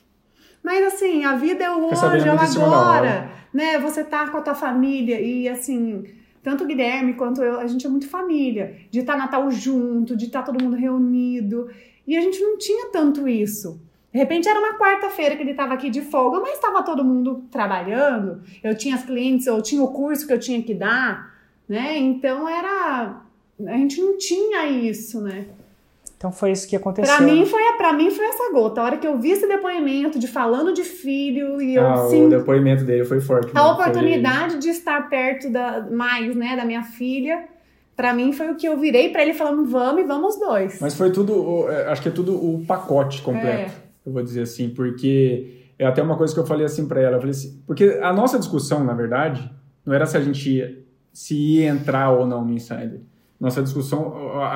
Mas assim, a vida é o hoje, é o agora, né? Você tá com a tua família e assim, tanto o Guilherme quanto eu, a gente é muito família. De estar Natal junto, de estar todo mundo reunido. E a gente não tinha tanto isso. De repente era uma quarta-feira que ele estava aqui de folga, mas estava todo mundo trabalhando. Eu tinha as clientes, eu tinha o curso que eu tinha que dar, né? Então a gente não tinha isso, né? Então foi isso que aconteceu. Pra mim foi essa gota. A hora que eu vi esse depoimento de falando de filho e o depoimento dele foi forte. A oportunidade de estar perto da minha filha, pra mim foi o que eu virei pra ele falando, vamos e vamos dois. Mas foi tudo, acho que é tudo o pacote completo, eu vou dizer assim, porque é até uma coisa que eu falei assim pra ela, eu falei assim, porque a nossa discussão, na verdade, não era se a gente ia entrar ou não no Insider. Nossa discussão,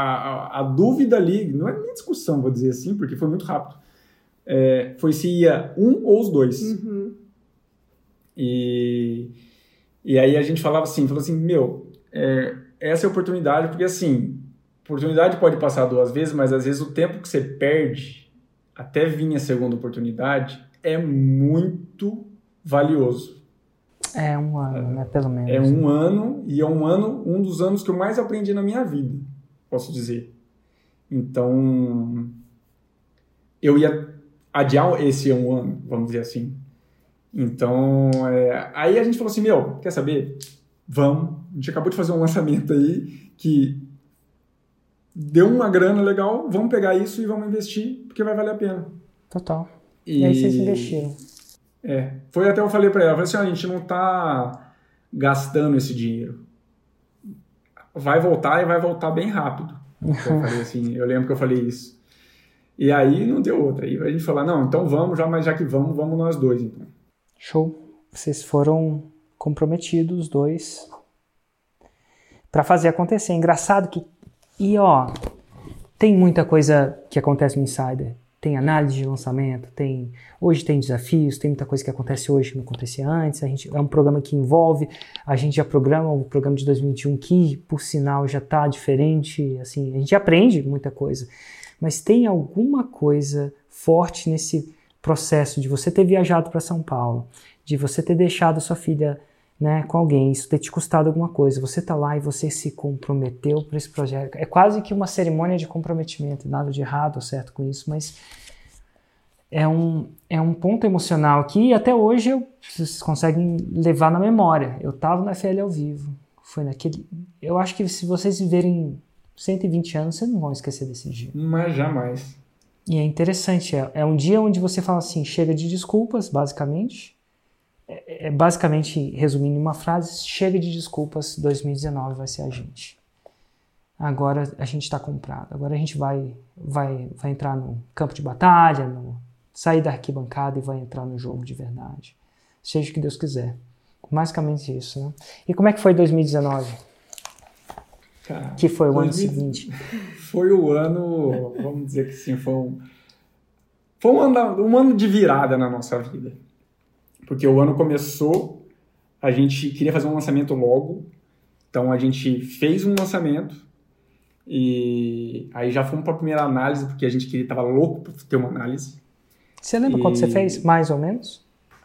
a dúvida ali, não é nem discussão, vou dizer assim, porque foi muito rápido, foi se ia um ou os dois. Uhum. E aí a gente falou assim, essa é a oportunidade, porque assim, oportunidade pode passar 2 vezes, mas às vezes o tempo que você perde até vir a segunda oportunidade é muito valioso. É 1 ano, né? Pelo menos. É 1 ano, e é um dos anos que eu mais aprendi na minha vida, posso dizer. Então, eu ia adiar esse 1 ano, vamos dizer assim. Então, aí a gente falou assim, quer saber? Vamos. A gente acabou de fazer um lançamento aí que deu uma grana legal, vamos pegar isso e vamos investir, porque vai valer a pena. Total. E aí vocês investiram. Foi até eu falei pra ela, falei assim, a gente não tá gastando esse dinheiro. Vai voltar e vai voltar bem rápido. Eu falei assim, eu lembro que eu falei isso. E aí não deu outra. Aí a gente falou, não, então vamos já, mas já que vamos nós dois, então. Show. Vocês foram comprometidos, os dois, pra fazer acontecer. Engraçado que... tem muita coisa que acontece no Insider. Tem análise de lançamento, hoje tem desafios, tem muita coisa que acontece hoje que não acontecia antes. É um programa que envolve, a gente já programa o programa de 2021 que, por sinal, já está diferente. Assim, a gente aprende muita coisa, mas tem alguma coisa forte nesse processo de você ter viajado para São Paulo, de você ter deixado sua filha, né, com alguém, isso ter te custado alguma coisa, você tá lá e você se comprometeu para esse projeto. É quase que uma cerimônia de comprometimento, nada de errado ou certo com isso, mas é um ponto emocional que até hoje vocês conseguem levar na memória. Eu tava na FL ao vivo, foi naquele... Eu acho que se vocês viverem 120 anos, vocês não vão esquecer desse dia. Mas jamais. E é interessante, é um dia onde você fala assim, chega de desculpas, basicamente. Basicamente, resumindo em uma frase, chega de desculpas, 2019 vai ser a gente. Agora a gente está comprado, agora a gente vai entrar no campo de batalha, sair da arquibancada e vai entrar no jogo de verdade. Seja o que Deus quiser. Basicamente isso, né? E como é que foi 2019? Cara, que foi o ano seguinte? Foi o ano, vamos dizer que sim, foi Foi um ano de virada na nossa vida. Porque o ano começou, a gente queria fazer um lançamento logo, então a gente fez um lançamento e aí já fomos para a primeira análise, porque a gente estava louco para ter uma análise. Você lembra quando você fez, mais ou menos?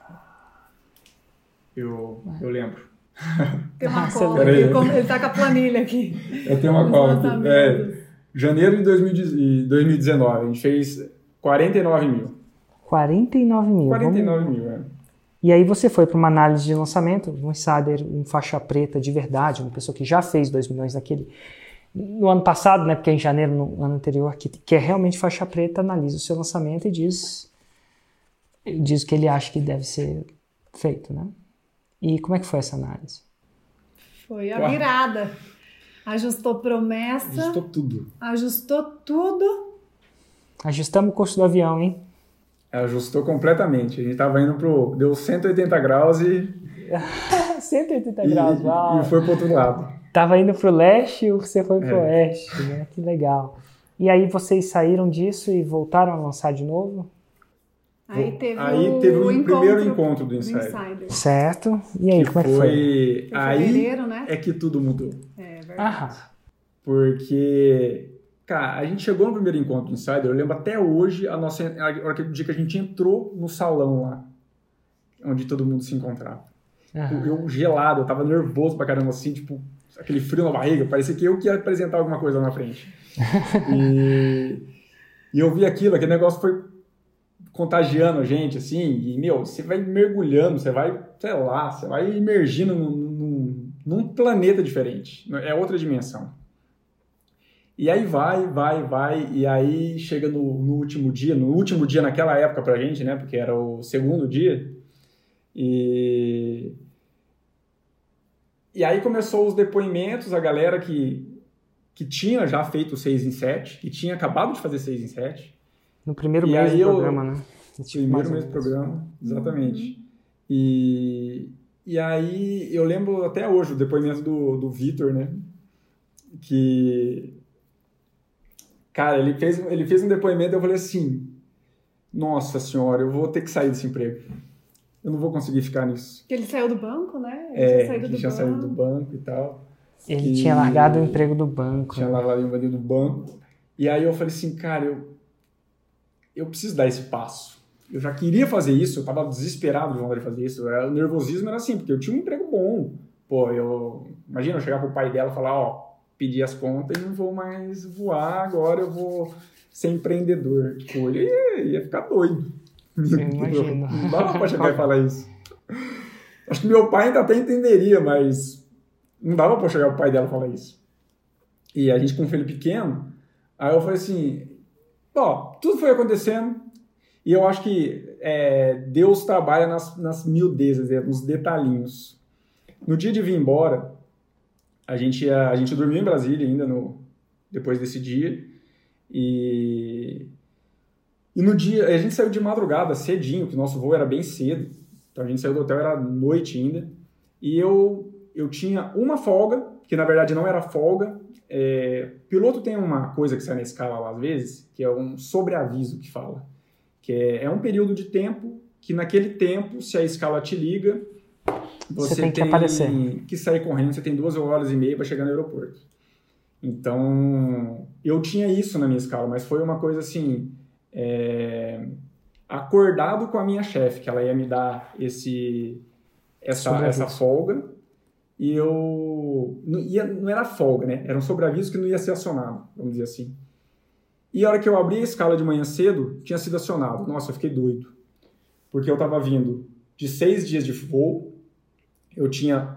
Eu lembro. Tem uma cola aqui, ele tá com a planilha aqui. Eu tenho uma cola aqui. Janeiro de 2019, a gente fez 49 mil. 49 mil. 49 mil, é. E aí você foi para uma análise de lançamento, um insider, um faixa preta de verdade, uma pessoa que já fez 2 milhões no ano passado, né? Porque em janeiro, no ano anterior, que é realmente faixa preta, analisa o seu lançamento e diz o que ele acha que deve ser feito, né? E como é que foi essa análise? Foi a virada. Ajustou promessa. Ajustou tudo. Ajustamos o custo do avião, hein? Ajustou completamente. A gente tava indo deu 180 graus e... 180 graus, uau! E foi pro outro lado. Tava indo pro leste e você foi pro oeste, né? Que legal. E aí vocês saíram disso e voltaram a lançar de novo? Aí teve o primeiro encontro do Insider. Certo. E aí, como é que foi? Aí fevereiro, né? É que tudo mudou. É verdade. Porque, cara, a gente chegou no primeiro encontro do Insider, eu lembro até hoje o dia que a gente entrou no salão lá, onde todo mundo se encontrava. Eu gelado, eu tava nervoso pra caramba, assim, tipo, aquele frio na barriga, parecia que eu que ia apresentar alguma coisa lá na frente. E eu vi aquele negócio foi contagiando a gente, assim, e, você vai mergulhando, você vai, você vai imergindo num planeta diferente, é outra dimensão. E aí vai, e aí chega no último dia naquela época pra gente, né, porque era o segundo dia, e aí começou os depoimentos, a galera que tinha já feito 6 em 7, que tinha acabado de fazer 6 em 7, no primeiro mês do programa, né? Primeiro mês do programa, exatamente. E aí eu lembro até hoje o depoimento do Vitor, né? Que, cara, ele fez um depoimento e eu falei assim, nossa senhora, eu vou ter que sair desse emprego. Eu não vou conseguir ficar nisso. Porque ele saiu do banco, né? Ele tinha saído do banco e tal. Ele tinha largado o emprego do banco. Tinha largado o emprego do banco. E aí eu falei assim, cara, eu preciso dar esse passo. Eu já queria fazer isso, eu estava desesperado de vontade de fazer isso. O nervosismo era assim, porque eu tinha um emprego bom. Imagina eu chegar pro pai dela e falar, pedir as contas e não vou mais voar, agora eu vou ser empreendedor. Ele ia ficar doido. Imagina. Não dava pra chegar e falar isso. Acho que meu pai ainda até entenderia, mas não dava pra chegar pro pai dela e falar isso. E a gente com um filho pequeno, aí eu falei assim, tudo foi acontecendo e eu acho que Deus trabalha nas miudezas, nos detalhinhos. No dia de vir embora, a gente dormiu em Brasília ainda depois desse dia e no dia, a gente saiu de madrugada, cedinho, que o nosso voo era bem cedo, então a gente saiu do hotel, era noite ainda, e eu tinha uma folga, que na verdade não era folga. Piloto tem uma coisa que sai na escala lá às vezes, que é um sobreaviso que fala, que é um período de tempo que naquele tempo, se a escala te liga, você tem que aparecer, que sair correndo, você tem 2 horas e meia para chegar no aeroporto. Então, eu tinha isso na minha escala, mas foi uma coisa assim, acordado com a minha chefe, que ela ia me dar essa folga, e não era folga, né? Era um sobreaviso que não ia ser acionado, vamos dizer assim. E a hora que eu abri a escala de manhã cedo, tinha sido acionado. Nossa, eu fiquei doido. Porque eu estava vindo de 6 dias de voo, eu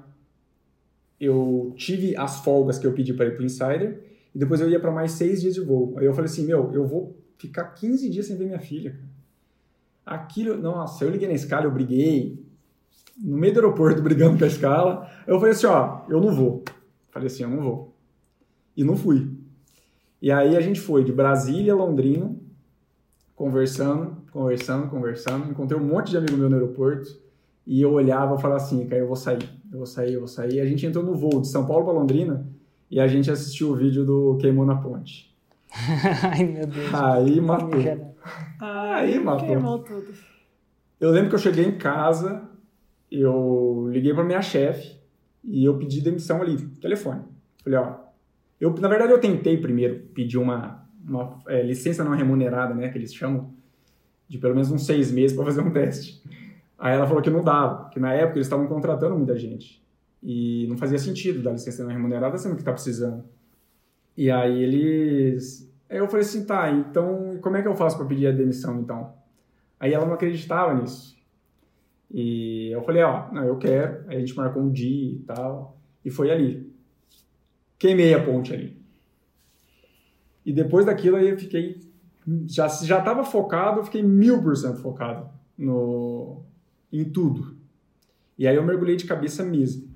tive as folgas que eu pedi para ir para o Insider, e depois eu ia para mais 6 dias de voo. Aí eu falei assim, eu vou ficar 15 dias sem ver minha filha. Nossa, eu liguei na escala, eu briguei, no meio do aeroporto, brigando com a escala. Eu falei assim, eu não vou. Falei assim, eu não vou. E não fui. E aí a gente foi de Brasília a Londrina, conversando. Encontrei um monte de amigo meu no aeroporto. E eu olhava e falava assim, cara, eu vou sair. E a gente entrou no voo de São Paulo para Londrina e a gente assistiu o vídeo do Queimou na Ponte. Ai, meu Deus. Aí matou. Aí matou. Queimou tudo. Eu lembro que eu cheguei em casa, eu liguei pra minha chefe e eu pedi demissão ali, telefone. Falei, ó, na verdade eu tentei primeiro pedir uma licença não remunerada, né, que eles chamam, de pelo menos uns 6 meses para fazer um teste. Aí ela falou que não dava, que na época eles estavam contratando muita gente e não fazia sentido dar licença não remunerada sendo que tá precisando. E aí eu falei assim, tá, então como é que eu faço para pedir a demissão então? Aí ela não acreditava nisso. E eu falei, ó, não, eu quero. Aí a gente marcou um dia e tal, e foi ali. Queimei a ponte ali. E depois daquilo aí eu fiquei, já estava focado, eu fiquei 1000% focado em tudo. E aí eu mergulhei de cabeça mesmo.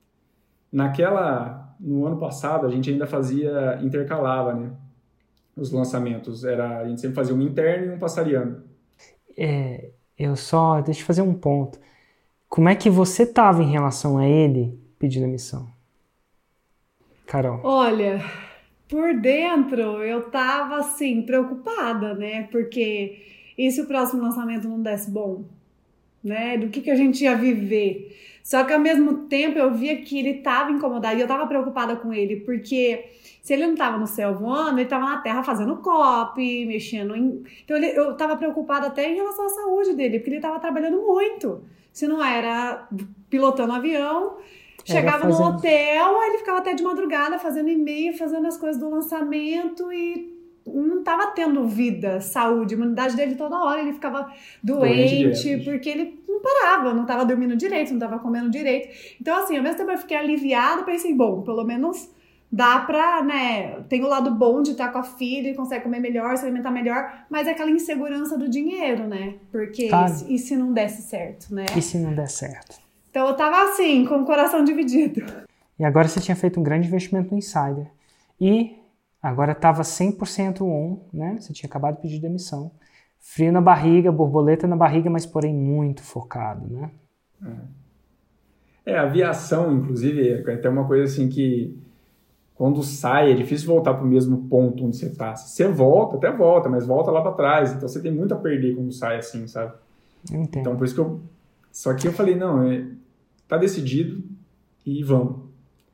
No ano passado, a gente ainda intercalava, né, os lançamentos. A gente sempre fazia um interno e um passariano. Deixa eu fazer um ponto. Como é que você estava em relação a ele pedindo a missão? Carol. Olha, por dentro eu tava assim, preocupada, né? Porque e se o próximo lançamento não desse bom? Né? Do que a gente ia viver? Só que ao mesmo tempo eu via que ele tava incomodado e eu tava preocupada com ele, porque se ele não tava no céu voando, ele tava na terra fazendo copy, mexendo em... Então eu tava preocupada até em relação à saúde dele, porque ele tava trabalhando muito. Se não era pilotando avião, chegava no hotel, aí ele ficava até de madrugada fazendo e-mail, fazendo as coisas do lançamento e não tava tendo vida, saúde, a imunidade dele toda hora, ele ficava doente porque ele não parava, não tava dormindo direito, não tava comendo direito. Então assim, ao mesmo tempo eu fiquei aliviada, pensei, bom, pelo menos dá pra, né, tem o lado bom de estar com a filha, ele consegue comer melhor, se alimentar melhor, mas é aquela insegurança do dinheiro, né, porque e se não desse certo, né? E se não der certo? Então eu tava assim, com o coração dividido. E agora você tinha feito um grande investimento no Insider. E agora estava 100% on, né? Você tinha acabado de pedir demissão. Frio na barriga, borboleta na barriga, mas porém muito focado, né? A aviação, inclusive, é até uma coisa assim que quando sai é difícil voltar para o mesmo ponto onde você está. Você volta, até volta, mas volta lá para trás. Então você tem muito a perder quando sai assim, sabe? Eu entendo. Então por isso que Só que eu falei, não, tá decidido e vamos.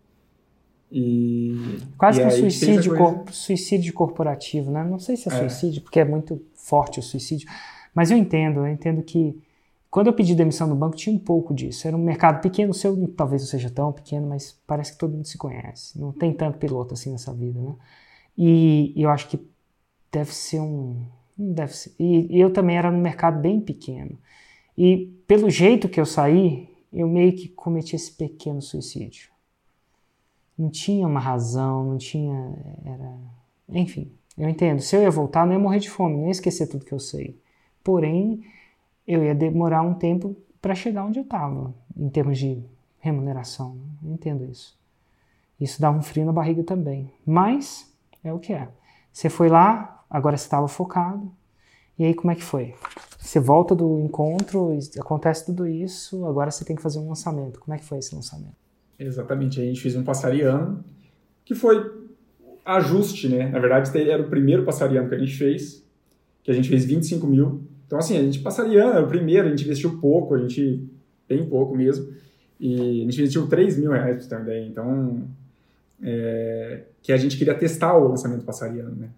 Quase que um suicídio corporativo, né? Não sei se é suicídio, porque é muito forte o suicídio, mas eu entendo que quando eu pedi demissão no banco tinha um pouco disso. Era um mercado pequeno, o seu talvez não seja tão pequeno, mas parece que todo mundo se conhece. Não tem tanto piloto assim nessa vida, né? E eu acho que deve ser não deve ser. E eu também era num mercado bem pequeno. E pelo jeito que eu saí, eu meio que cometi esse pequeno suicídio. Não tinha uma razão, não tinha... Enfim, eu entendo. Se eu ia voltar, não ia morrer de fome, não ia esquecer tudo que eu sei. Porém, eu ia demorar um tempo para chegar onde eu estava, em termos de remuneração. Eu entendo isso. Isso dá um frio na barriga também. Mas é o que é. Você foi lá, agora você estava focado. E aí, como é que foi? Você volta do encontro, acontece tudo isso, agora você tem que fazer um lançamento. Como é que foi esse lançamento? Exatamente, a gente fez um passariano, que foi ajuste, né? Na verdade, era o primeiro passariano que a gente fez 25 mil. Então, assim, a gente passariano, era o primeiro, a gente investiu pouco, bem pouco mesmo, e a gente investiu 3 mil reais também. Então, que a gente queria testar o lançamento passariano, né?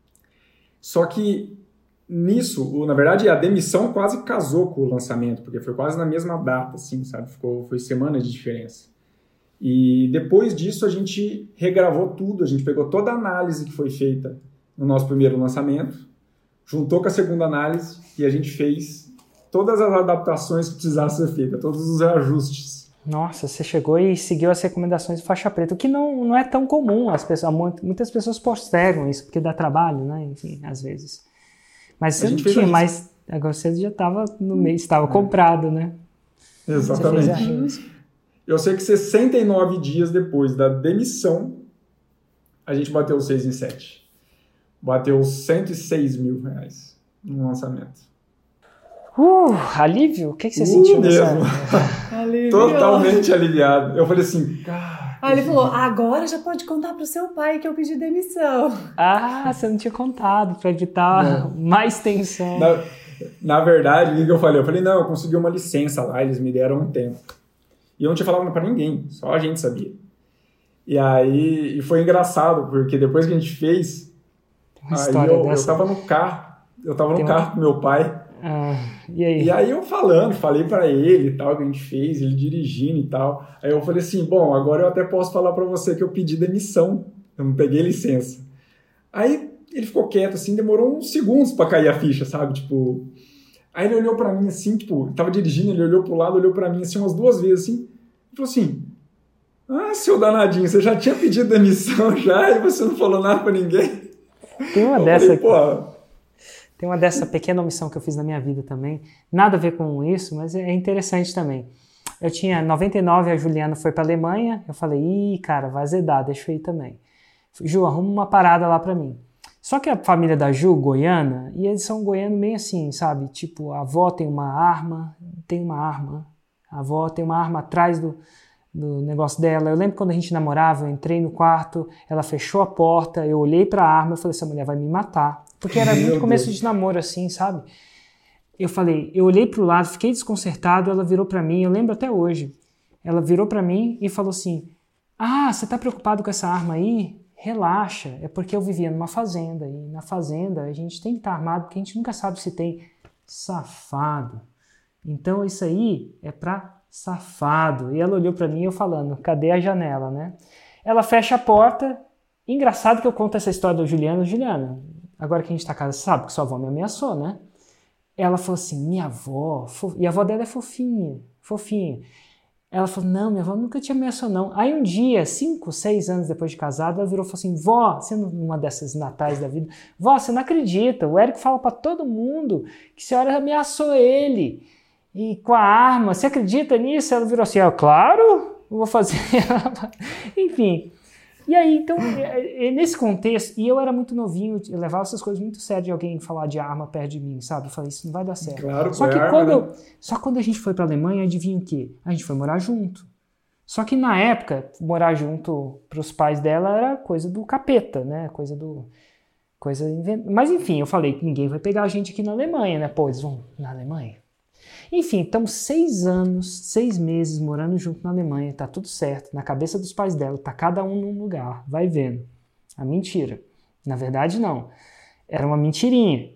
Só que nisso, na verdade, a demissão quase casou com o lançamento, porque foi quase na mesma data, assim, sabe? Foi semana de diferença. E depois disso a gente regravou tudo, a gente pegou toda a análise que foi feita no nosso primeiro lançamento, juntou com a segunda análise e a gente fez todas as adaptações que precisavam ser feitas, todos os ajustes. Nossa, você chegou e seguiu as recomendações de faixa preta, o que não é tão comum. Muitas pessoas postergam isso porque dá trabalho, né? Enfim, às vezes. Mas você não tinha mais, agora você já estava no meio, estava comprado, né? Exatamente. Eu sei que 69 dias depois da demissão, a gente bateu 6 em 7. Bateu 106 mil reais no lançamento. Alívio? O que você sentiu mesmo? Alívio. Totalmente aliviado. Eu falei assim, cara, Aí ele falou, agora já pode contar pro seu pai que eu pedi demissão. Ah, você não tinha contado para evitar mais tensão. Na verdade, o que eu falei? Eu falei, não, eu consegui uma licença lá, eles me deram um tempo. E eu não tinha falado pra ninguém, só a gente sabia. E aí, foi engraçado, porque depois que a gente fez, aí eu tava no carro, com meu pai. E aí? E aí eu falei pra ele e tal, que a gente fez, ele dirigindo e tal. Aí eu falei assim, bom, agora eu até posso falar pra você que eu pedi demissão, eu não peguei licença. Aí ele ficou quieto, assim, demorou uns segundos pra cair a ficha, sabe? Tipo... Aí ele olhou pra mim, assim, tipo, tava dirigindo, ele olhou pro lado, olhou pra mim, assim, umas 2 vezes, assim, e falou assim, seu danadinho, você já tinha pedido demissão já e você não falou nada pra ninguém? Tem uma dessa aqui. Tem uma dessa pequena omissão que eu fiz na minha vida também, nada a ver com isso, mas é interessante também. Eu tinha 99, a Juliana foi pra Alemanha, eu falei, cara, vai azedar, deixa eu ir também. Ju, arruma uma parada lá pra mim. Só que a família da Ju, goiana, e eles são goianos meio assim, sabe? Tipo, a avó tem uma arma, a avó tem uma arma atrás do negócio dela. Eu lembro quando a gente namorava, eu entrei no quarto, ela fechou a porta, eu olhei pra arma, eu falei, essa mulher vai me matar. Porque era muito começo de namoro assim, sabe? Eu olhei pro lado, fiquei desconcertado, ela virou pra mim, eu lembro até hoje, ela virou pra mim e falou assim, você tá preocupado com essa arma aí? Relaxa, é porque eu vivia numa fazenda, e na fazenda a gente tem que estar armado, porque a gente nunca sabe se tem safado. Então isso aí é pra safado. E ela olhou pra mim, eu falando, cadê a janela, né? Ela fecha a porta, engraçado que eu conto essa história da Juliana, agora que a gente tá casado, sabe que sua avó me ameaçou, né? Ela falou assim, minha avó, e a avó dela é fofinha. Ela falou, não, minha avó nunca te ameaçou, não. Aí um dia, 5, 6 anos depois de casada, ela virou e falou assim, vó, sendo uma dessas natais da vida, vó, você não acredita, o Érico fala pra todo mundo que a senhora ameaçou ele, e com a arma, você acredita nisso? Ela virou assim, claro, eu vou fazer. Enfim, e aí, então, nesse contexto, e eu era muito novinho, eu levava essas coisas muito sério de alguém falar de arma perto de mim, sabe? Eu falei, isso não vai dar certo. Claro, Só quando a gente foi pra Alemanha, adivinha o quê? A gente foi morar junto. Só que na época, morar junto pros pais dela era coisa do capeta, né? Mas enfim, eu falei que ninguém vai pegar a gente aqui na Alemanha, né? Pô, eles vão na Alemanha. Enfim, estamos 6 anos, 6 meses morando junto na Alemanha, tá tudo certo, na cabeça dos pais dela, tá cada um num lugar, vai vendo. A mentira. Na verdade, não. Era uma mentirona,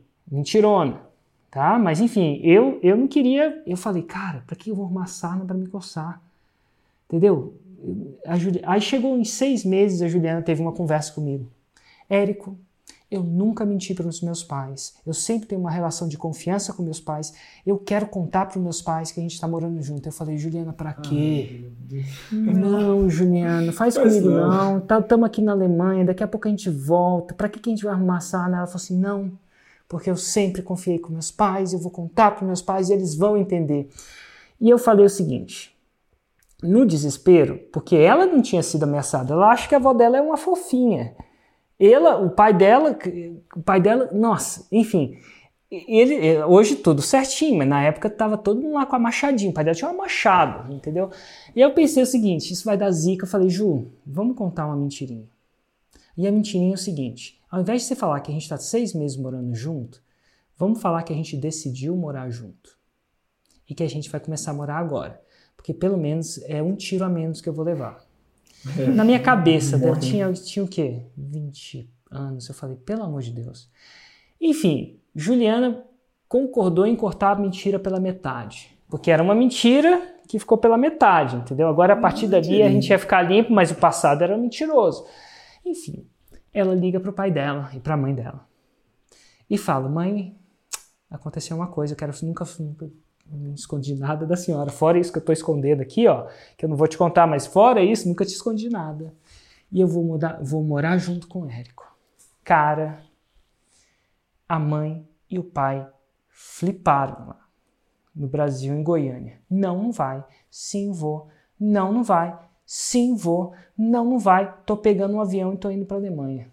tá? Mas enfim, eu não queria, eu falei, cara, pra que eu vou arrumar sarna pra me coçar? Entendeu? Aí chegou em 6 meses, a Juliana teve uma conversa comigo. Érico, eu nunca menti para os meus pais. Eu sempre tenho uma relação de confiança com meus pais. Eu quero contar para os meus pais que a gente está morando junto. Eu falei, Juliana, para quê? Não, Juliana, faz comigo não. Estamos aqui na Alemanha, daqui a pouco a gente volta. Para que a gente vai arrumar sarna? Ela falou assim, não, porque eu sempre confiei com meus pais, eu vou contar para meus pais e eles vão entender. E eu falei o seguinte, no desespero, porque ela não tinha sido ameaçada, ela acha que a avó dela é uma fofinha. O pai dela, nossa, enfim, ele, hoje tudo certinho, mas na época tava todo mundo lá com a machadinha, o pai dela tinha uma machada, entendeu? E eu pensei o seguinte, isso vai dar zica, eu falei, Ju, vamos contar uma mentirinha. E a mentirinha é o seguinte, ao invés de você falar que a gente tá 6 meses morando junto, vamos falar que a gente decidiu morar junto. E que a gente vai começar a morar agora, porque pelo menos é um tiro a menos que eu vou levar. Na minha cabeça, eu tinha o quê? 20 anos. Eu falei, pelo amor de Deus. Enfim, Juliana concordou em cortar a mentira pela metade. Porque era uma mentira que ficou pela metade, entendeu? Agora, a partir dali, a gente ia ficar limpo, mas o passado era mentiroso. Enfim, ela liga pro pai dela e pra mãe dela. E fala, mãe, aconteceu uma coisa, eu quero nunca não escondi nada da senhora. Fora isso que eu estou escondendo aqui, ó, que eu não vou te contar, mas fora isso, nunca te escondi nada. E eu vou morar junto com o Érico. Cara, a mãe e o pai fliparam lá no Brasil, em Goiânia. Não vai. Sim, vou. Não vai. Sim, vou. Não vai. Tô pegando um avião e tô indo para a Alemanha.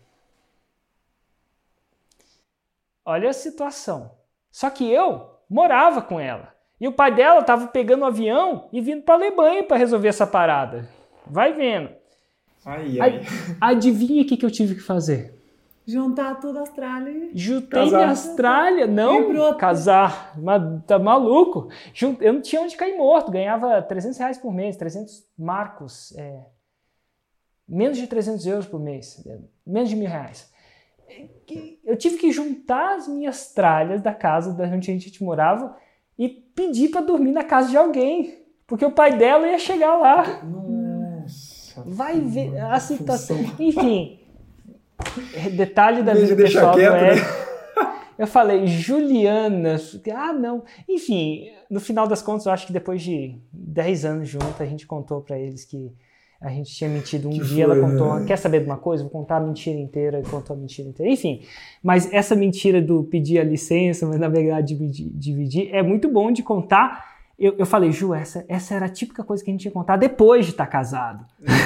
Olha a situação. Só que eu morava com ela. E o pai dela estava pegando um avião e vindo para a Alemanha para resolver essa parada. Vai vendo. Ai. Adivinha o que eu tive que fazer? Juntar tudo a Austrália e... Juntei minha Austrália, não, casar, mas tá maluco? Eu não tinha onde cair morto, ganhava R$300 por mês, 300 marcos, menos de 300 euros por mês, menos de R$1.000. Eu tive que juntar as minhas tralhas da casa onde a gente morava e pedir para dormir na casa de alguém, porque o pai dela ia chegar lá. Nossa. Vai ver a situação. Enfim, detalhe da vida Deixa pessoal quieto, do Eric. né? Eu falei, Juliana, não. Enfim, no final das contas, eu acho que depois de 10 anos juntos, a gente contou para eles que a gente tinha mentido um dia, ela contou, quer saber de uma coisa? Vou contar a mentira inteira, e contou a mentira inteira. Enfim, mas essa mentira do pedir a licença, mas na verdade dividir, é muito bom de contar. Eu falei, Ju, essa era a típica coisa que a gente ia contar depois de estar casado.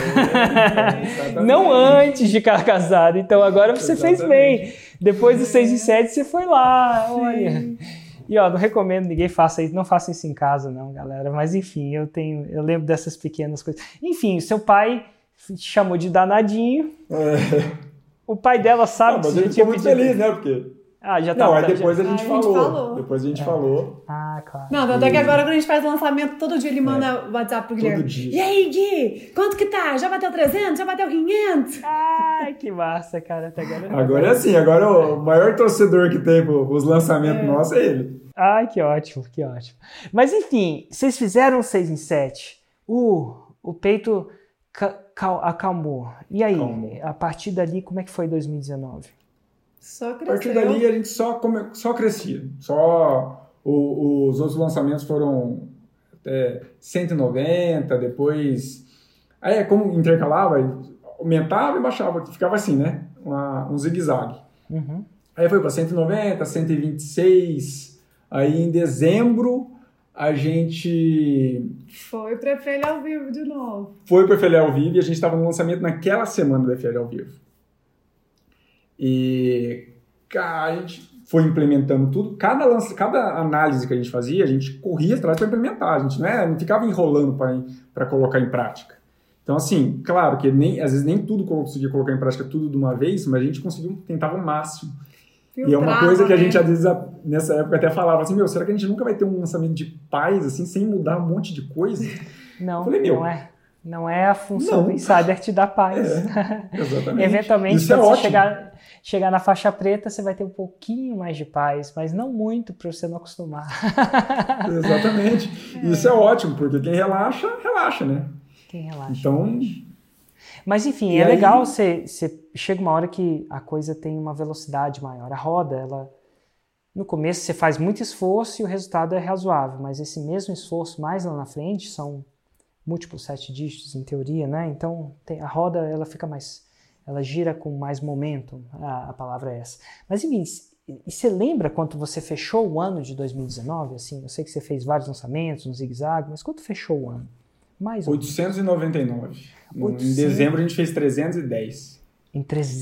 Não antes de estar casado. Então agora você fez bem. Depois dos 6 e 7 você foi lá, olha. E ó, não recomendo ninguém faça isso, não faça isso em casa não, galera. Mas enfim, eu lembro dessas pequenas coisas. Enfim, seu pai te chamou de danadinho. O pai dela sabe que você já tinha muito feliz, né? Porque... já tá. Não, aí depois a gente falou. Depois a gente falou. Claro. Não, até que agora quando a gente faz o lançamento, todo dia ele manda WhatsApp pro Guilherme. Todo dia. E aí, Gui, quanto que tá? Já bateu 300? Já bateu 500? Ai, que massa, cara. Até agora... Agora é assim, agora o maior torcedor que tem os lançamentos nossos é ele. Ai, que ótimo, que ótimo. Mas enfim, vocês fizeram 6 em 7. O peito acalmou. E aí, a partir dali, como é que foi 2019? Só cresceu. A partir dali a gente só crescia. Os outros lançamentos foram até 190, depois... Aí como intercalava, aumentava e baixava, ficava assim, né? Um zigue-zague. Uhum. Aí foi para 190, 126... Aí em dezembro a gente... Foi para FL ao vivo de novo. Foi para FL ao vivo e a gente estava no lançamento naquela semana do FL ao vivo. E a gente foi implementando tudo. Cada análise que a gente fazia, a gente corria atrás para implementar. A gente não ficava enrolando para colocar em prática. Então, assim, claro que às vezes nem tudo conseguia colocar em prática tudo de uma vez, mas a gente tentava o máximo. Filtrava, e é uma coisa que a gente, às vezes, nessa época até falava assim, será que a gente nunca vai ter um lançamento de paz, assim, sem mudar um monte de coisa? Não, falei, não é a função do Insider te dar paz. Exatamente. Eventualmente, isso quando é você chegar na faixa preta, você vai ter um pouquinho mais de paz, mas não muito para você não acostumar. Exatamente. Isso é ótimo, porque quem relaxa, né? Quem relaxa. Então... Mas enfim, é legal, você chega uma hora que a coisa tem uma velocidade maior. A roda, no começo você faz muito esforço e o resultado é razoável, mas esse mesmo esforço mais lá na frente são múltiplos 7 dígitos em teoria, né? Então a roda ela gira com mais momento, a palavra é essa. Mas enfim, e você lembra quando você fechou o ano de 2019? Assim, eu sei que você fez vários lançamentos, um zigue-zague, mas quanto fechou o ano? Mais 899. Em dezembro a gente fez 310. Em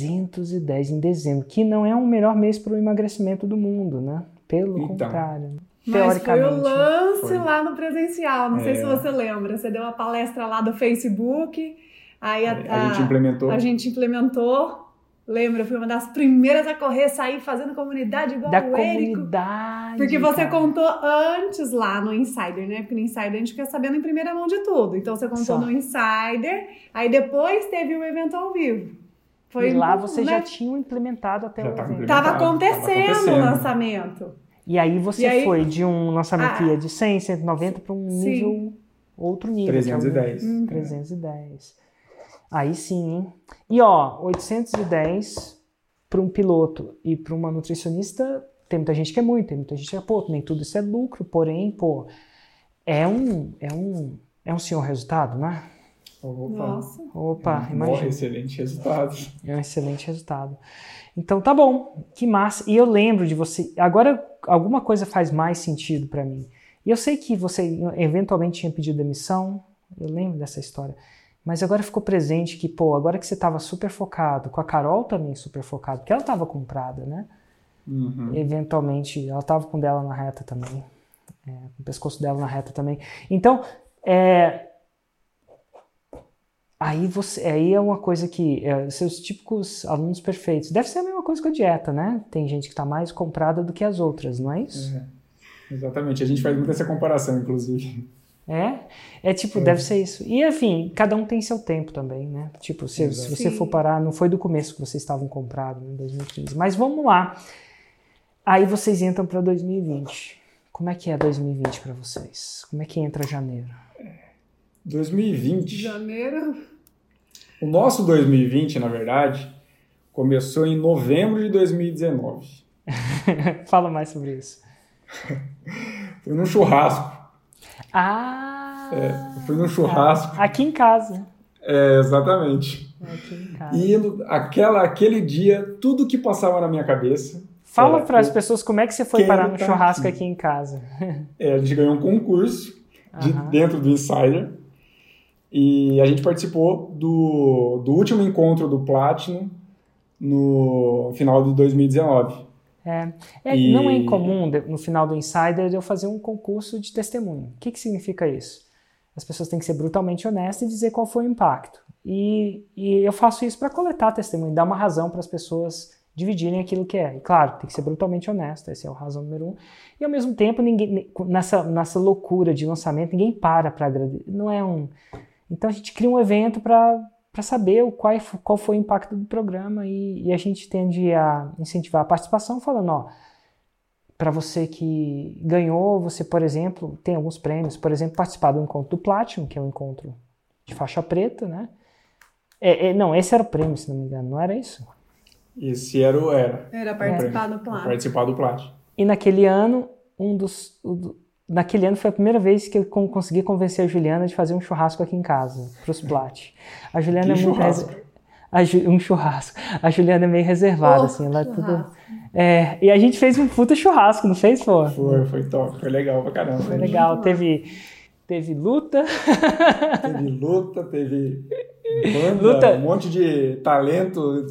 310 em dezembro, que não é o melhor mês para o emagrecimento do mundo, né? Pelo contrário. Mas foi o lance lá no presencial, não sei se você lembra. Você deu uma palestra lá do Facebook, aí a gente implementou. A gente implementou. Lembra, foi uma das primeiras a correr, sair fazendo comunidade igual o Érico. Porque você contou antes lá no Insider, né? Porque no Insider a gente fica sabendo em primeira mão de tudo. Então você contou no Insider, aí depois teve o evento ao vivo. E lá você já tinha implementado até o evento. Tava acontecendo o lançamento. E aí você foi de um lançamento que ia de 100, 190 para um nível, outro nível. 310. 310. Aí sim, hein? E ó, 810 para um piloto e para uma nutricionista, tem muita gente que é muito, tem muita gente que é nem tudo isso é lucro, porém, é um senhor resultado, né? Opa, imagina. Excelente resultado. É um excelente resultado. Então tá bom, que massa. E eu lembro de você, agora alguma coisa faz mais sentido para mim. E eu sei que você eventualmente tinha pedido demissão, eu lembro dessa história. Mas agora ficou presente que, agora que você estava super focado, com a Carol também super focado, porque ela estava comprada, né? Uhum. Eventualmente, ela estava com o dela na reta também, com o pescoço dela na reta também. Então, Aí é uma coisa que seus típicos alunos perfeitos. Deve ser a mesma coisa com a dieta, né? Tem gente que está mais comprada do que as outras, não é isso? Exatamente. A gente faz muito essa comparação, inclusive. Deve ser isso. E, enfim, cada um tem seu tempo também, né? Tipo, se você for parar, não foi do começo que vocês estavam comprados, em 2015. Mas vamos lá. Aí vocês entram para 2020. Como é que é 2020 para vocês? Como é que entra janeiro? 2020... Janeiro... O nosso 2020, na verdade, começou em novembro de 2019. Fala mais sobre isso. Fui num churrasco. Eu fui num churrasco. Aqui em casa. Exatamente. Aqui em casa. E aquele dia, tudo que passava na minha cabeça... Fala para as pessoas como é que você foi parar no churrasco aqui em casa. A gente ganhou um concurso dentro do Insider. E a gente participou do último encontro do Platinum no final de 2019. Não é incomum, no final do Insider, eu fazer um concurso de testemunho. O que significa isso? As pessoas têm que ser brutalmente honestas e dizer qual foi o impacto. E eu faço isso para coletar testemunho, dar uma razão para as pessoas dividirem aquilo que é. E claro, tem que ser brutalmente honesto, essa é a razão número 1. E ao mesmo tempo, ninguém, nessa loucura de lançamento, ninguém para agradecer. Não é um... Então a gente cria um evento para saber qual foi o impacto do programa e a gente tende a incentivar a participação falando, para você que ganhou, você, por exemplo, tem alguns prêmios, por exemplo, participar do encontro do Platinum, que é um encontro de faixa preta, né? Não, esse era o prêmio, se não me engano, não era isso? Esse era. Era participar do Platinum. Participar do Platinum. E naquele ano, naquele ano foi a primeira vez que eu consegui convencer a Juliana de fazer um churrasco aqui em casa, para os Plat. A Juliana um churrasco. A Juliana é meio reservada, assim, ela é tudo... E a gente fez um puta churrasco, não fez, pô? Foi top, foi legal pra caramba. Foi legal, teve luta. Teve luta, teve banda, um monte de talento.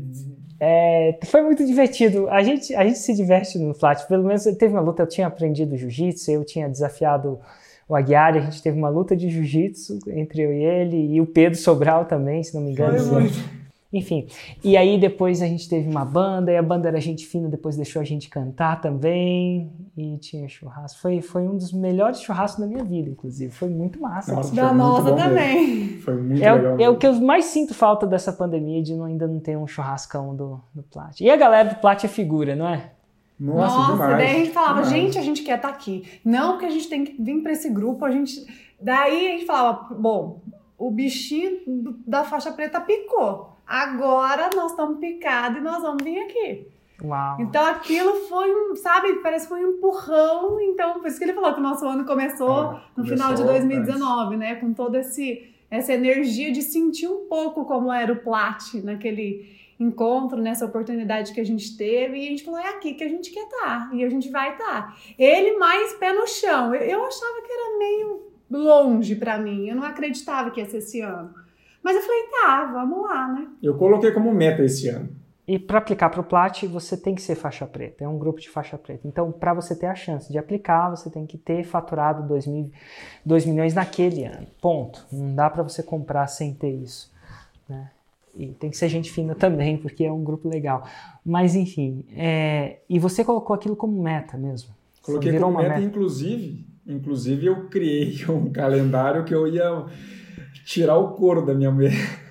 Foi muito divertido. A gente se diverte no Flat. Pelo menos teve uma luta, eu tinha aprendido jiu-jitsu, eu tinha desafiado o Aguiar, a gente teve uma luta de jiu-jitsu entre eu e ele, e o Pedro Sobral também, se não me engano. Enfim, e aí depois a gente teve uma banda, e a banda era gente fina, depois deixou a gente cantar também, e tinha churrasco. Foi um dos melhores churrascos da minha vida, inclusive. Foi muito massa. Da nossa também. Foi muito legal. É o que eu mais sinto falta dessa pandemia, de ainda não ter um churrascão do Plat. E a galera do Plat é figura, não é? Nossa, demais. Daí a gente falava, demais. a gente quer estar aqui. Não, porque a gente tem que vir para esse grupo, Daí a gente falava, bom, o bichinho da faixa preta picou. Agora nós estamos picados e nós vamos vir aqui. Uau. Então aquilo foi parece que foi um empurrão. Então, por isso que ele falou que o nosso ano começou no final de 2019, né? Com toda essa energia de sentir um pouco como era o Plat naquele encontro, nessa oportunidade que a gente teve. E a gente falou, é aqui que a gente quer estar. E a gente vai estar. Ele mais pé no chão. Eu achava que era meio longe pra mim. Eu não acreditava que ia ser esse ano. Mas eu falei, vamos lá, né? Eu coloquei como meta esse ano. E para aplicar para o Plat, você tem que ser faixa preta. É um grupo de faixa preta. Então, para você ter a chance de aplicar, você tem que ter faturado 2 milhões naquele ano. Ponto. Não dá para você comprar sem ter isso, né? E tem que ser gente fina também, porque é um grupo legal. Mas, enfim. E você colocou aquilo como meta mesmo? Coloquei como meta. Inclusive, eu criei um calendário que eu ia tirar o couro da minha mulher.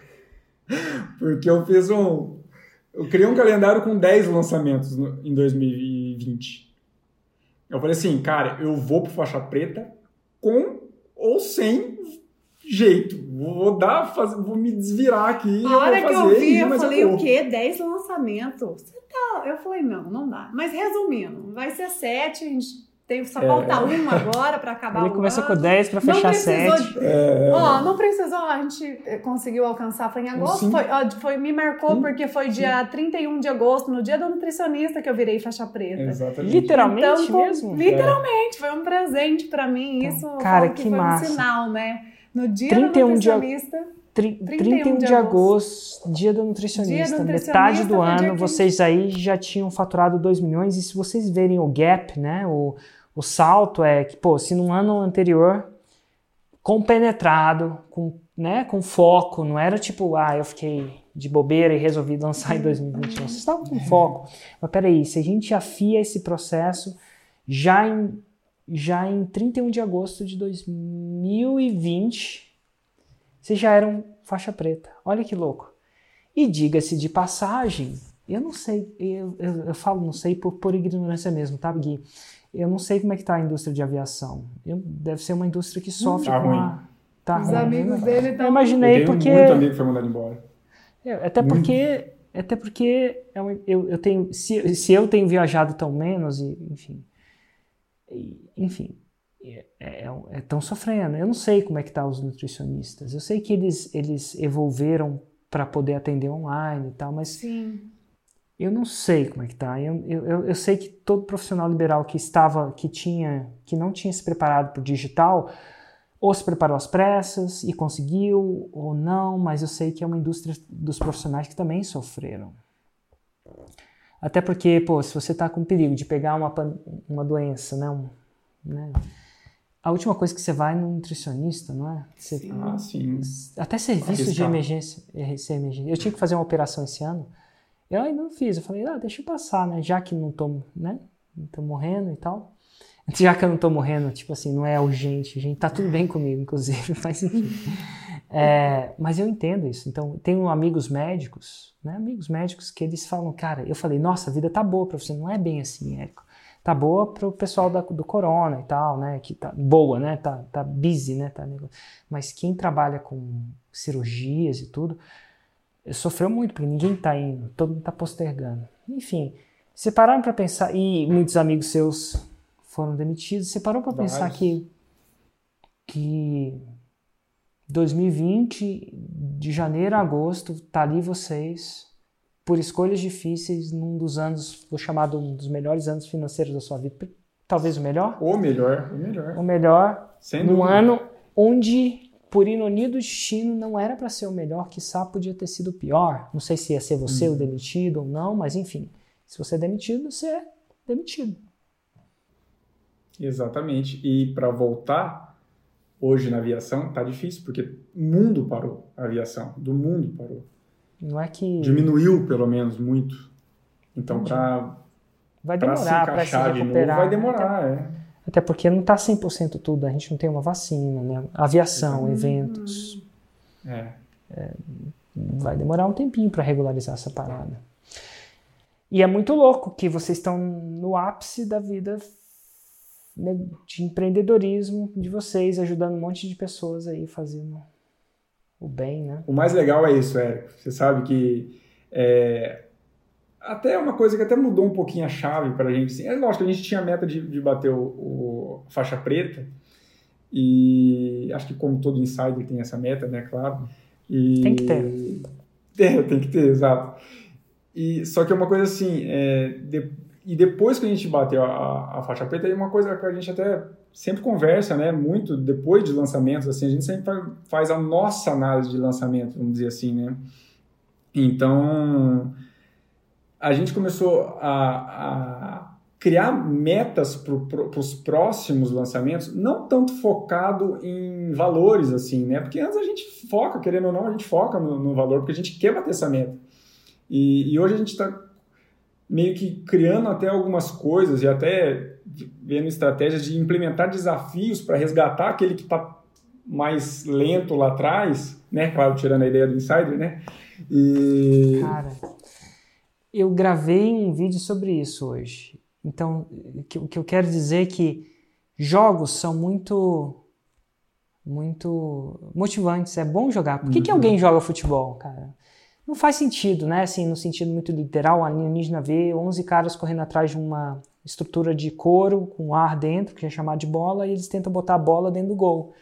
Porque eu criei um calendário com 10 lançamentos em 2020. Eu falei assim, cara, eu vou pro faixa preta com ou sem jeito. Vou me desvirar aqui. A hora que eu vi, eu falei, o quê? 10 lançamentos? Eu falei, não dá. Mas resumindo, vai ser 7, a gente só falta uma agora para acabar o ano. Ele começou com 10 para fechar 7. Não precisou, a gente conseguiu alcançar, foi em agosto. Me marcou porque foi dia 31 de agosto, no dia do nutricionista, que eu virei faixa preta. Exatamente. Literalmente mesmo? Literalmente, foi um presente para mim. Então, isso cara, que foi massa. Um sinal, né? No dia do nutricionista... 31 de agosto, dia do nutricionista, metade do ano, vocês aí já tinham faturado 2 milhões, e se vocês verem o gap, né, o salto é que, se no ano anterior, compenetrado, com né, com foco, não era tipo, eu fiquei de bobeira e resolvi lançar em 2021. Vocês estavam com foco. Mas peraí, se a gente afia esse processo já em 31 de agosto de 2020, vocês já eram faixa preta. Olha que louco. E diga-se de passagem, eu não sei, eu falo não sei por ignorância mesmo, tá, Gui? Eu não sei como é que tá a indústria de aviação. Deve ser uma indústria que sofre tá com ruim. Os amigos dele estão... Eu imaginei porque... muito amigo que foi mandado embora. Até porque eu tenho, se eu tenho viajado tão menos, enfim, estão sofrendo. Eu não sei como é que tá os nutricionistas. Eu sei que eles evolveram para poder atender online e tal, mas Sim. Eu não sei como é que tá. Eu sei que todo profissional liberal que não tinha se preparado para o digital, ou se preparou às pressas e conseguiu, ou não, mas eu sei que é uma indústria dos profissionais que também sofreram. Até porque, se você está com perigo de pegar uma doença, né, a última coisa que você vai no nutricionista, não é? Sim. Até serviços de emergência. Eu tinha que fazer uma operação esse ano, eu ainda não fiz. Eu falei, deixa eu passar, né, já que não tô morrendo e tal. Já que eu não tô morrendo, tipo assim, não é urgente, gente, tá tudo bem comigo, inclusive, mas enfim. Mas eu entendo isso. Então, tenho amigos médicos, né, que eles falam, cara, eu falei, nossa, a vida tá boa pra você. Não é bem assim, Érico. Tá boa pro pessoal do corona e tal, né, que tá boa, né, tá busy, né, mas quem trabalha com cirurgias e tudo, sofreu muito, porque ninguém tá indo, todo mundo tá postergando. Enfim, você pararam pra pensar, e muitos amigos seus foram demitidos. Você parou para pensar que 2020, de janeiro a agosto, tá ali vocês, por escolhas difíceis, num dos anos, vou chamar de um dos melhores anos financeiros da sua vida, talvez o melhor? O melhor. Num ano onde, por ironia do destino, não era para ser o melhor, quiçá podia ter sido o pior. Não sei se ia ser você o demitido ou não, mas enfim, se você é demitido, você é demitido. Exatamente. E para voltar, hoje na aviação, tá difícil, porque o mundo parou, a aviação, do mundo parou. Não é que... Diminuiu, pelo menos, muito. Então, vai demorar para se recuperar. De novo, vai demorar, Até porque não tá 100% tudo, a gente não tem uma vacina, né? Aviação, eventos. Vai demorar um tempinho para regularizar essa parada. E é muito louco que vocês estão no ápice da vida de empreendedorismo de vocês, ajudando um monte de pessoas aí, fazendo o bem, né? O mais legal é isso, Érico. Você sabe que até uma coisa que até mudou um pouquinho a chave pra gente. Assim, lógico, a gente tinha a meta de bater o faixa preta, e acho que como todo insider tem essa meta, né, claro. Tem que ter. Tem que ter, exato. Só que é uma coisa assim, e depois que a gente bateu a faixa preta, é uma coisa que a gente até sempre conversa, né, muito depois de lançamentos, assim, a gente sempre faz a nossa análise de lançamento, vamos dizer assim, né. Então, a gente começou a criar metas para os próximos lançamentos, não tanto focado em valores, assim, né, porque antes a gente foca, querendo ou não, a gente foca no valor, porque a gente quer bater essa meta. E hoje a gente está meio que criando até algumas coisas e até vendo estratégias de implementar desafios para resgatar aquele que está mais lento lá atrás, né? Claro, tirando a ideia do insider, né? Cara, eu gravei um vídeo sobre isso hoje. Então, o que eu quero dizer é que jogos são muito motivantes. É bom jogar. Por que alguém joga futebol, cara? Não faz sentido, né? Assim, no sentido muito literal, o alienígena vê 11 caras correndo atrás de uma estrutura de couro com ar dentro, que é chamado de bola, e eles tentam botar a bola dentro do gol.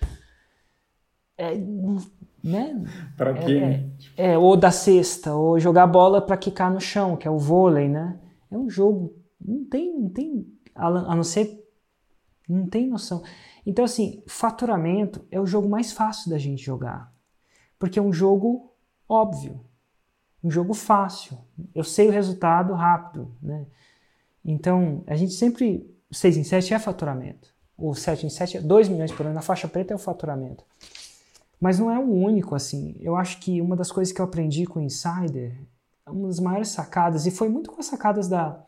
Né? Para quê? Ou da cesta, ou jogar bola para quicar no chão, que é o vôlei, né? É um jogo, não tem, a não ser, não tem noção. Então, assim, faturamento é o jogo mais fácil da gente jogar, porque é um jogo óbvio. Um jogo fácil, eu sei o resultado rápido, né? Então, a gente sempre, 6 em 7 é faturamento, o 7 em 7 é 2 milhões por ano, na faixa preta é o faturamento. Mas não é o único, assim. Eu acho que uma das coisas que eu aprendi com o Insider, uma das maiores sacadas, e foi muito com as sacadas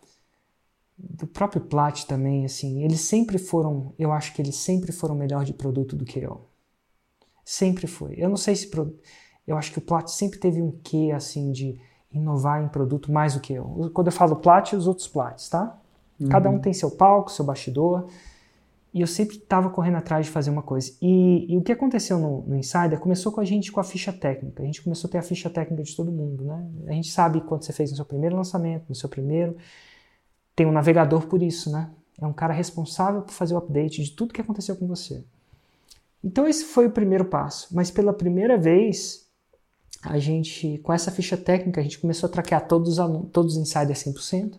do próprio Plath também, assim, eu acho que eles sempre foram melhor de produto do que eu. Sempre foi. Eu não sei se... Eu acho que o Plath sempre teve um quê, assim, de inovar em produto mais do que eu. Quando eu falo Plath, os outros Plaths, tá? Cada um tem seu palco, seu bastidor, e eu sempre estava correndo atrás de fazer uma coisa. E o que aconteceu no Insider começou com a gente com a ficha técnica. A gente começou a ter a ficha técnica de todo mundo, né? A gente sabe quanto você fez no seu primeiro lançamento, no seu primeiro... Tem um navegador por isso, né? É um cara responsável por fazer o update de tudo que aconteceu com você. Então esse foi o primeiro passo. Mas pela primeira vez, a gente, com essa ficha técnica, a gente começou a traquear todos os insiders 100%.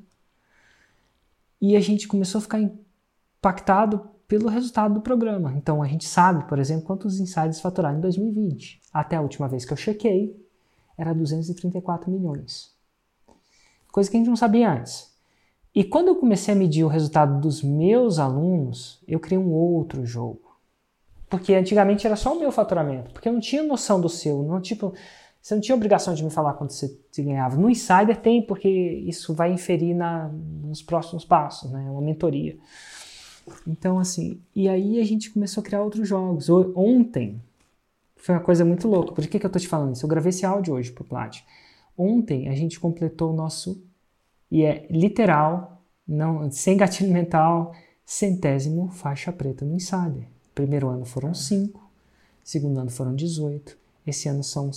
E a gente começou a ficar impactado pelo resultado do programa. Então a gente sabe, por exemplo, quantos insiders faturaram em 2020. Até a última vez que eu chequei, era 234 milhões. Coisa que a gente não sabia antes. E quando eu comecei a medir o resultado dos meus alunos, eu criei um outro jogo. Porque antigamente era só o meu faturamento, porque eu não tinha noção do seu. Você não tinha obrigação de me falar quanto você ganhava. No Insider tem, porque isso vai inferir nos próximos passos, né? Uma mentoria. Então, assim, e aí a gente começou a criar outros jogos. Ontem, foi uma coisa muito louca. Por que eu tô te falando isso? Eu gravei esse áudio hoje pro Plath. Ontem a gente completou o nosso... E é literal, não, sem gatilho mental, 100º faixa preta no Insider. Primeiro ano foram 5, segundo ano foram 18, esse ano são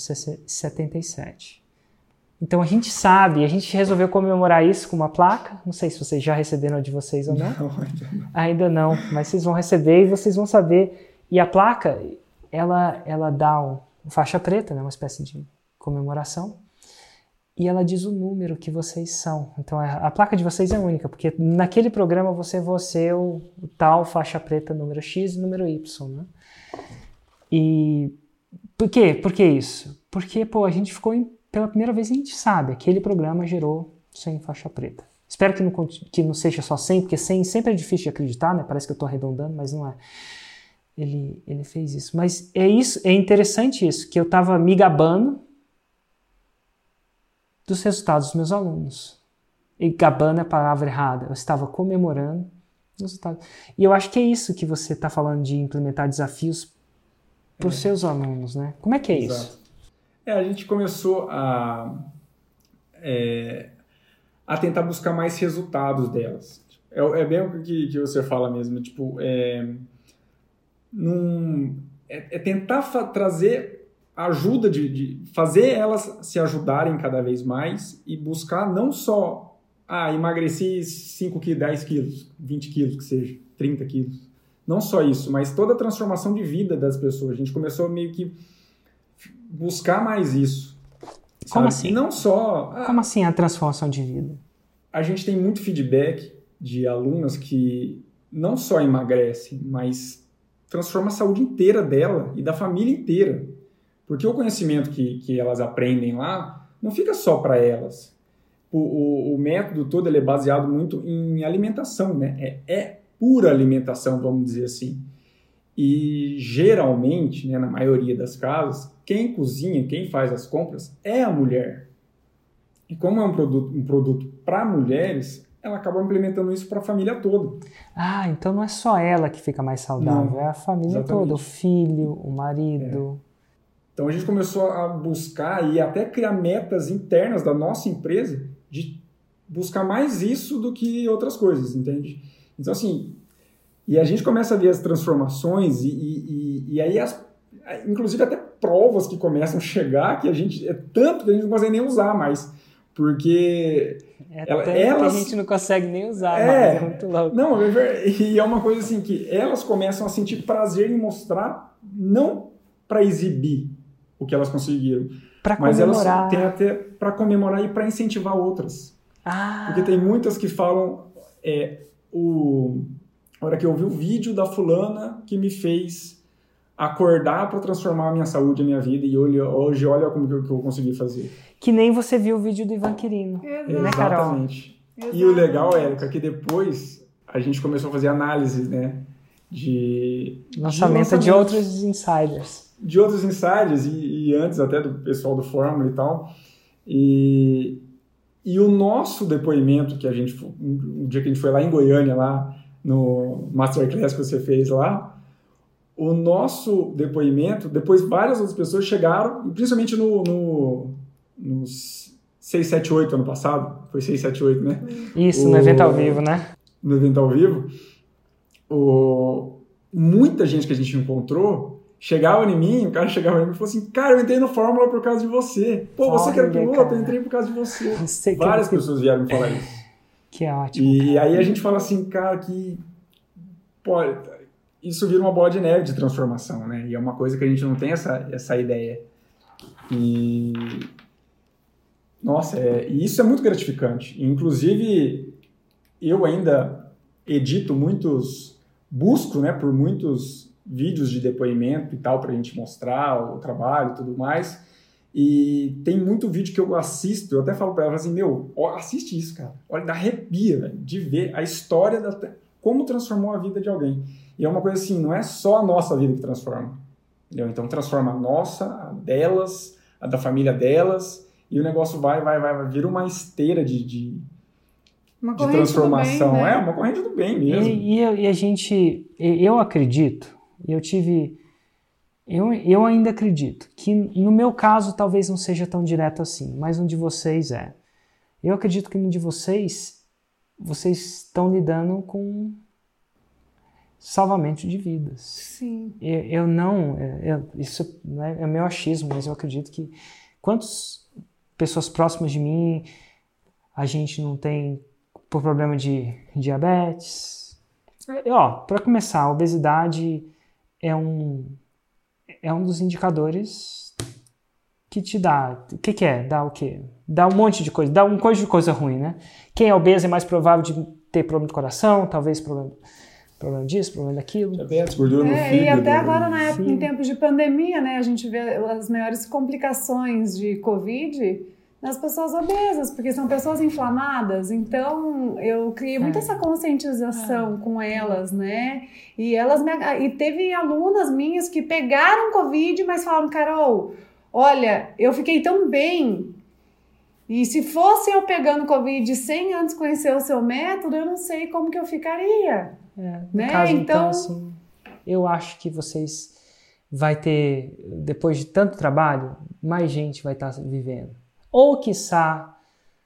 77. Então a gente sabe, a gente resolveu comemorar isso com uma placa. Não sei se vocês já receberam de vocês ou não. Ainda não, mas vocês vão receber e vocês vão saber. E a placa, ela dá um faixa preta, né, uma espécie de comemoração. E ela diz o número que vocês são. Então a placa de vocês é única, porque naquele programa você o tal faixa preta número X e número Y, né? E por quê? Por que isso? Porque, a gente pela primeira vez a gente sabe, aquele programa gerou 100 faixa preta. Espero que não seja só 100, porque 100 sempre é difícil de acreditar, né? Parece que eu estou arredondando, mas não é. Ele fez isso. Mas é interessante isso, que eu estava me gabando dos resultados dos meus alunos. E gabando é a palavra errada. Eu estava comemorando os resultados. E eu acho que é isso que você está falando de implementar desafios para os seus alunos, né? Como é que é isso? A gente começou a tentar buscar mais resultados delas. É bem o que você fala mesmo. Tipo, tentar trazer ajuda de fazer elas se ajudarem cada vez mais e buscar não só emagreci 5 quilos, 10 quilos, 20 quilos, que seja, 30 quilos. Não só isso, mas toda a transformação de vida das pessoas. A gente começou a meio que buscar mais isso. Como assim? E não só... Como assim a transformação de vida? A gente tem muito feedback de alunas que não só emagrecem, mas transforma a saúde inteira dela e da família inteira. Porque o conhecimento que elas aprendem lá não fica só para elas. O método todo ele é baseado muito em alimentação, né? É pura alimentação, vamos dizer assim. E geralmente, né, na maioria das casas, quem cozinha, quem faz as compras é a mulher. E como é um produto para mulheres, ela acaba implementando isso para a família toda. Então não é só ela que fica mais saudável, não, é a família toda, o filho, o marido... Então a gente começou a buscar e até criar metas internas da nossa empresa de buscar mais isso do que outras coisas, entende? Então assim, e a gente começa a ver as transformações e aí inclusive até provas que começam a chegar que a gente tanto que a gente não consegue nem usar mais, porque que a gente não consegue nem usar mais, é muito louco. Não, e é uma coisa assim que elas começam a sentir prazer em mostrar, não para exibir o que elas conseguiram. Mas elas têm até para comemorar e para incentivar outras. Porque tem muitas que falam a hora que eu vi o vídeo da fulana que me fez acordar para transformar a minha saúde, a minha vida, e hoje olha como que eu consegui fazer. Que nem você viu o vídeo do Ivan Quirino. Né, Carol? Exatamente. E o legal, Érica, é que depois a gente começou a fazer análises, né? De lançamento de outros insiders. de outros insiders e antes até do pessoal do Fórmula e tal. E o nosso depoimento que o dia que a gente foi lá em Goiânia, lá no Masterclass que você fez lá, o nosso depoimento, depois várias outras pessoas chegaram, principalmente no 678 ano passado, foi 678, né? Isso, no evento ao vivo, né? No evento ao vivo, muita gente que a gente encontrou chegava em mim, o cara chegava em mim e falou assim, cara, eu entrei no Fórmula por causa de você. Pô, você que era piloto, eu entrei por causa de você. Várias pessoas vieram me falar isso. Que ótimo. E aí a gente fala assim, cara, que isso vira uma bola de neve de transformação, né? E é uma coisa que a gente não tem essa ideia. E nossa, e isso é muito gratificante. Inclusive, eu ainda busco, né, por muitos vídeos de depoimento e tal, pra gente mostrar o trabalho e tudo mais. E tem muito vídeo que eu assisto, eu até falo pra ela assim, assiste isso, cara. Olha, dá arrepia, velho, de ver a história como transformou a vida de alguém. E é uma coisa assim, não é só a nossa vida que transforma. Entendeu? Então transforma a nossa, a delas, a da família delas, e o negócio vai, vira uma esteira de transformação. Bem, né? É uma corrente do bem mesmo. Eu acredito, eu ainda acredito que no meu caso talvez não seja tão direto assim, mas no de vocês é. Eu acredito que no de vocês estão lidando com salvamento de vidas. Sim. Isso é meu achismo, mas eu acredito que quantas pessoas próximas de mim a gente não tem por problema de diabetes. Para começar, a obesidade é um dos indicadores que te dá. O que é? Dá o quê? Dá um monte de coisa. Dá um monte de coisa ruim, né? Quem é obeso é mais provável de ter problema do coração, talvez problema disso, problema daquilo. Diabetes, gordura no fígado. E até agora, em tempos de pandemia, né, a gente vê as maiores complicações de Covid nas pessoas obesas, porque são pessoas inflamadas. Então, eu criei muito essa conscientização com elas, né? E teve alunas minhas que pegaram Covid, mas falaram, Carol, olha, eu fiquei tão bem. E se fosse eu pegando Covid sem antes conhecer o seu método, eu não sei como que eu ficaria. No caso, então, assim, eu acho que vocês vai ter, depois de tanto trabalho, mais gente vai estar vivendo. Ou, quiçá,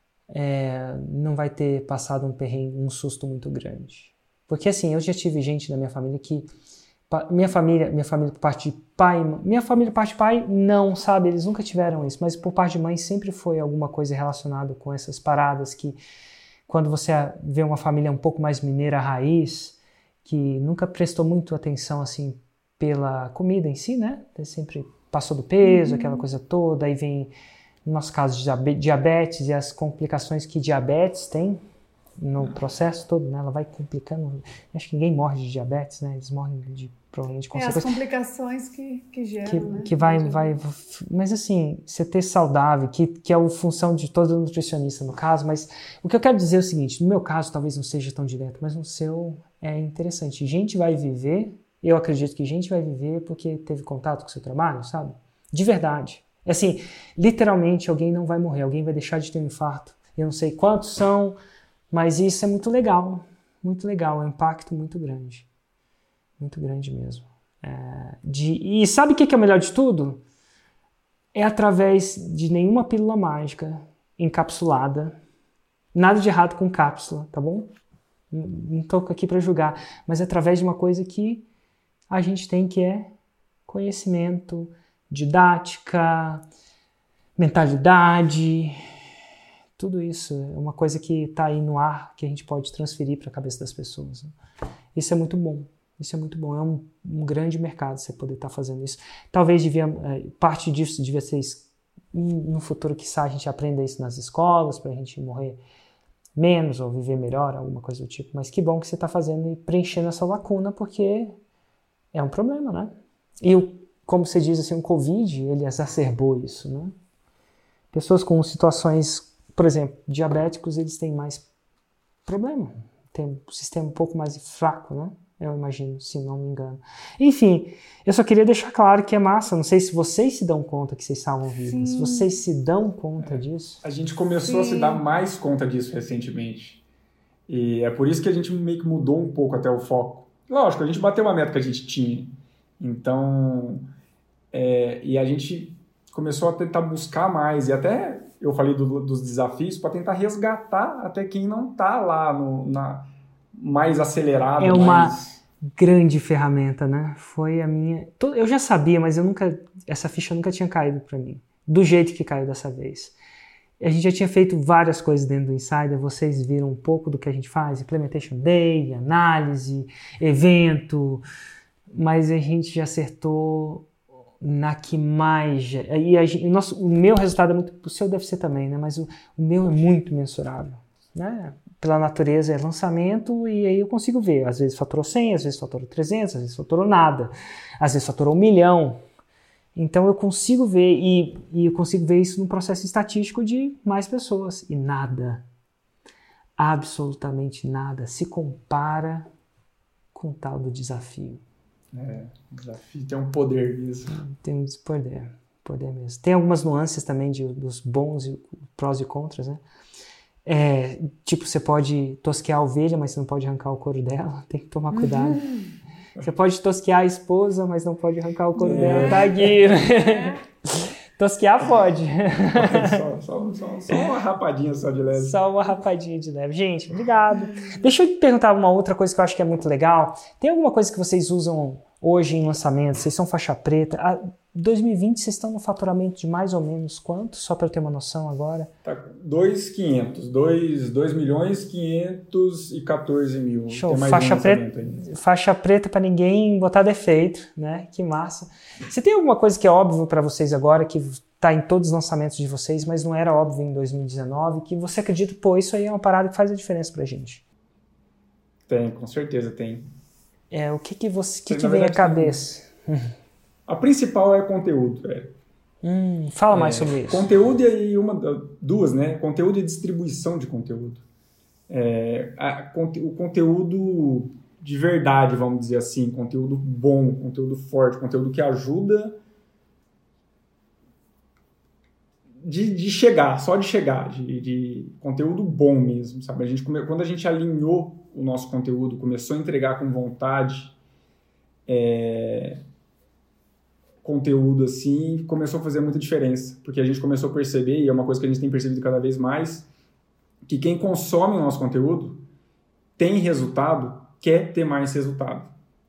não vai ter passado um perrengue, um susto muito grande. Porque, assim, eu já tive gente na minha família que... Minha família por parte de pai... Minha família por parte de pai, não, sabe? Eles nunca tiveram isso. Mas por parte de mãe, sempre foi alguma coisa relacionada com essas paradas que... Quando você vê uma família um pouco mais mineira raiz, que nunca prestou muito atenção, assim, pela comida em si, né? Sempre passou do peso, aquela coisa toda. Aí vem, no nosso caso, diabetes e as complicações que diabetes tem no processo todo, né? Ela vai complicando. Acho que ninguém morre de diabetes, né? Eles morrem provavelmente de consequências. As complicações que geram, né? Que vai... Mas assim, você ter saudável, que é a função de todo nutricionista no caso, mas o que eu quero dizer é o seguinte, no meu caso talvez não seja tão direto, mas no seu é interessante. Gente vai viver, eu acredito que gente vai viver porque teve contato com o seu trabalho, sabe? De verdade. Assim, literalmente alguém não vai morrer, alguém vai deixar de ter um infarto. Eu não sei quantos são, mas isso é muito legal, é um impacto muito grande mesmo. E sabe o que é o melhor de tudo? É através de nenhuma pílula mágica encapsulada, nada de errado com cápsula, tá bom? Não estou aqui para julgar, mas é através de uma coisa que a gente tem, que é conhecimento, didática, mentalidade, tudo isso é uma coisa que está aí no ar, que a gente pode transferir para a cabeça das pessoas. Né? Isso é muito bom. É um grande mercado você poder estar fazendo isso. Talvez parte disso devia ser no futuro, quiçá a gente aprenda isso nas escolas, para a gente morrer menos ou viver melhor, alguma coisa do tipo. Mas que bom que você está fazendo e preenchendo essa lacuna, porque é um problema, né? E, como você diz assim, o Covid, ele exacerbou isso, né? Pessoas com situações, por exemplo, diabéticos, eles têm mais problema. Tem um sistema um pouco mais fraco, né? eu imagino, se não me engano. Enfim, eu só queria deixar claro que é massa. Não sei se vocês se dão conta que vocês salvam vidas. Se vocês se dão conta disso. A gente começou a se dar mais conta disso recentemente. E é por isso que a gente meio que mudou um pouco até o foco. Lógico, a gente bateu uma meta que a gente tinha. Então, e a gente começou a tentar buscar mais. E até eu falei dos desafios para tentar resgatar até quem não está lá mais acelerado. É uma grande ferramenta, né? Foi a minha... Eu já sabia, mas essa ficha nunca tinha caído para mim. Do jeito que caiu dessa vez. A gente já tinha feito várias coisas dentro do Insider, vocês viram um pouco do que a gente faz, Implementation Day, análise, evento, mas a gente já acertou na que mais... O meu resultado é muito... O seu deve ser também, né? Mas o meu é muito mensurável, né? Pela natureza é lançamento e aí eu consigo ver. Às vezes faturou 100, às vezes faturou 300, às vezes faturou nada, às vezes faturou 1 milhão. Então eu consigo ver, e eu consigo ver isso no processo estatístico de mais pessoas. E nada, absolutamente nada, se compara com o tal do desafio. O desafio tem um poder nisso. Tem um poder mesmo. Tem algumas nuances também dos bons e prós e contras, né? Tipo, você pode tosquear a ovelha, mas você não pode arrancar o couro dela. Tem que tomar cuidado. Você pode tosquear a esposa, mas não pode arrancar o couro dela. Tadinho. Tosquear pode. Só uma rapadinha só de leve. Só uma rapadinha de leve. Gente, obrigado. Deixa eu te perguntar uma outra coisa que eu acho que é muito legal. Tem alguma coisa que vocês usam hoje em lançamento? Vocês são faixa preta. 2020 vocês estão no faturamento de mais ou menos quanto? Só para eu ter uma noção agora. Tá, 2.514.000. Show, faixa preta para ninguém botar defeito, né? Que massa. Você tem alguma coisa que é óbvio para vocês agora, que está em todos os lançamentos de vocês, mas não era óbvio em 2019, que você acredita, isso aí é uma parada que faz a diferença pra gente? Tem, com certeza tem. O que vem à cabeça? A principal é conteúdo, velho. Fala mais sobre isso. Conteúdo e duas, né? Conteúdo e distribuição de conteúdo. O conteúdo de verdade, vamos dizer assim, conteúdo bom, conteúdo forte, conteúdo que ajuda de chegar, de conteúdo bom mesmo, sabe? Quando a gente alinhou o nosso conteúdo, começou a entregar com vontade, conteúdo assim, começou a fazer muita diferença, porque a gente começou a perceber, e é uma coisa que a gente tem percebido cada vez mais, que quem consome o nosso conteúdo tem resultado, quer ter mais resultado.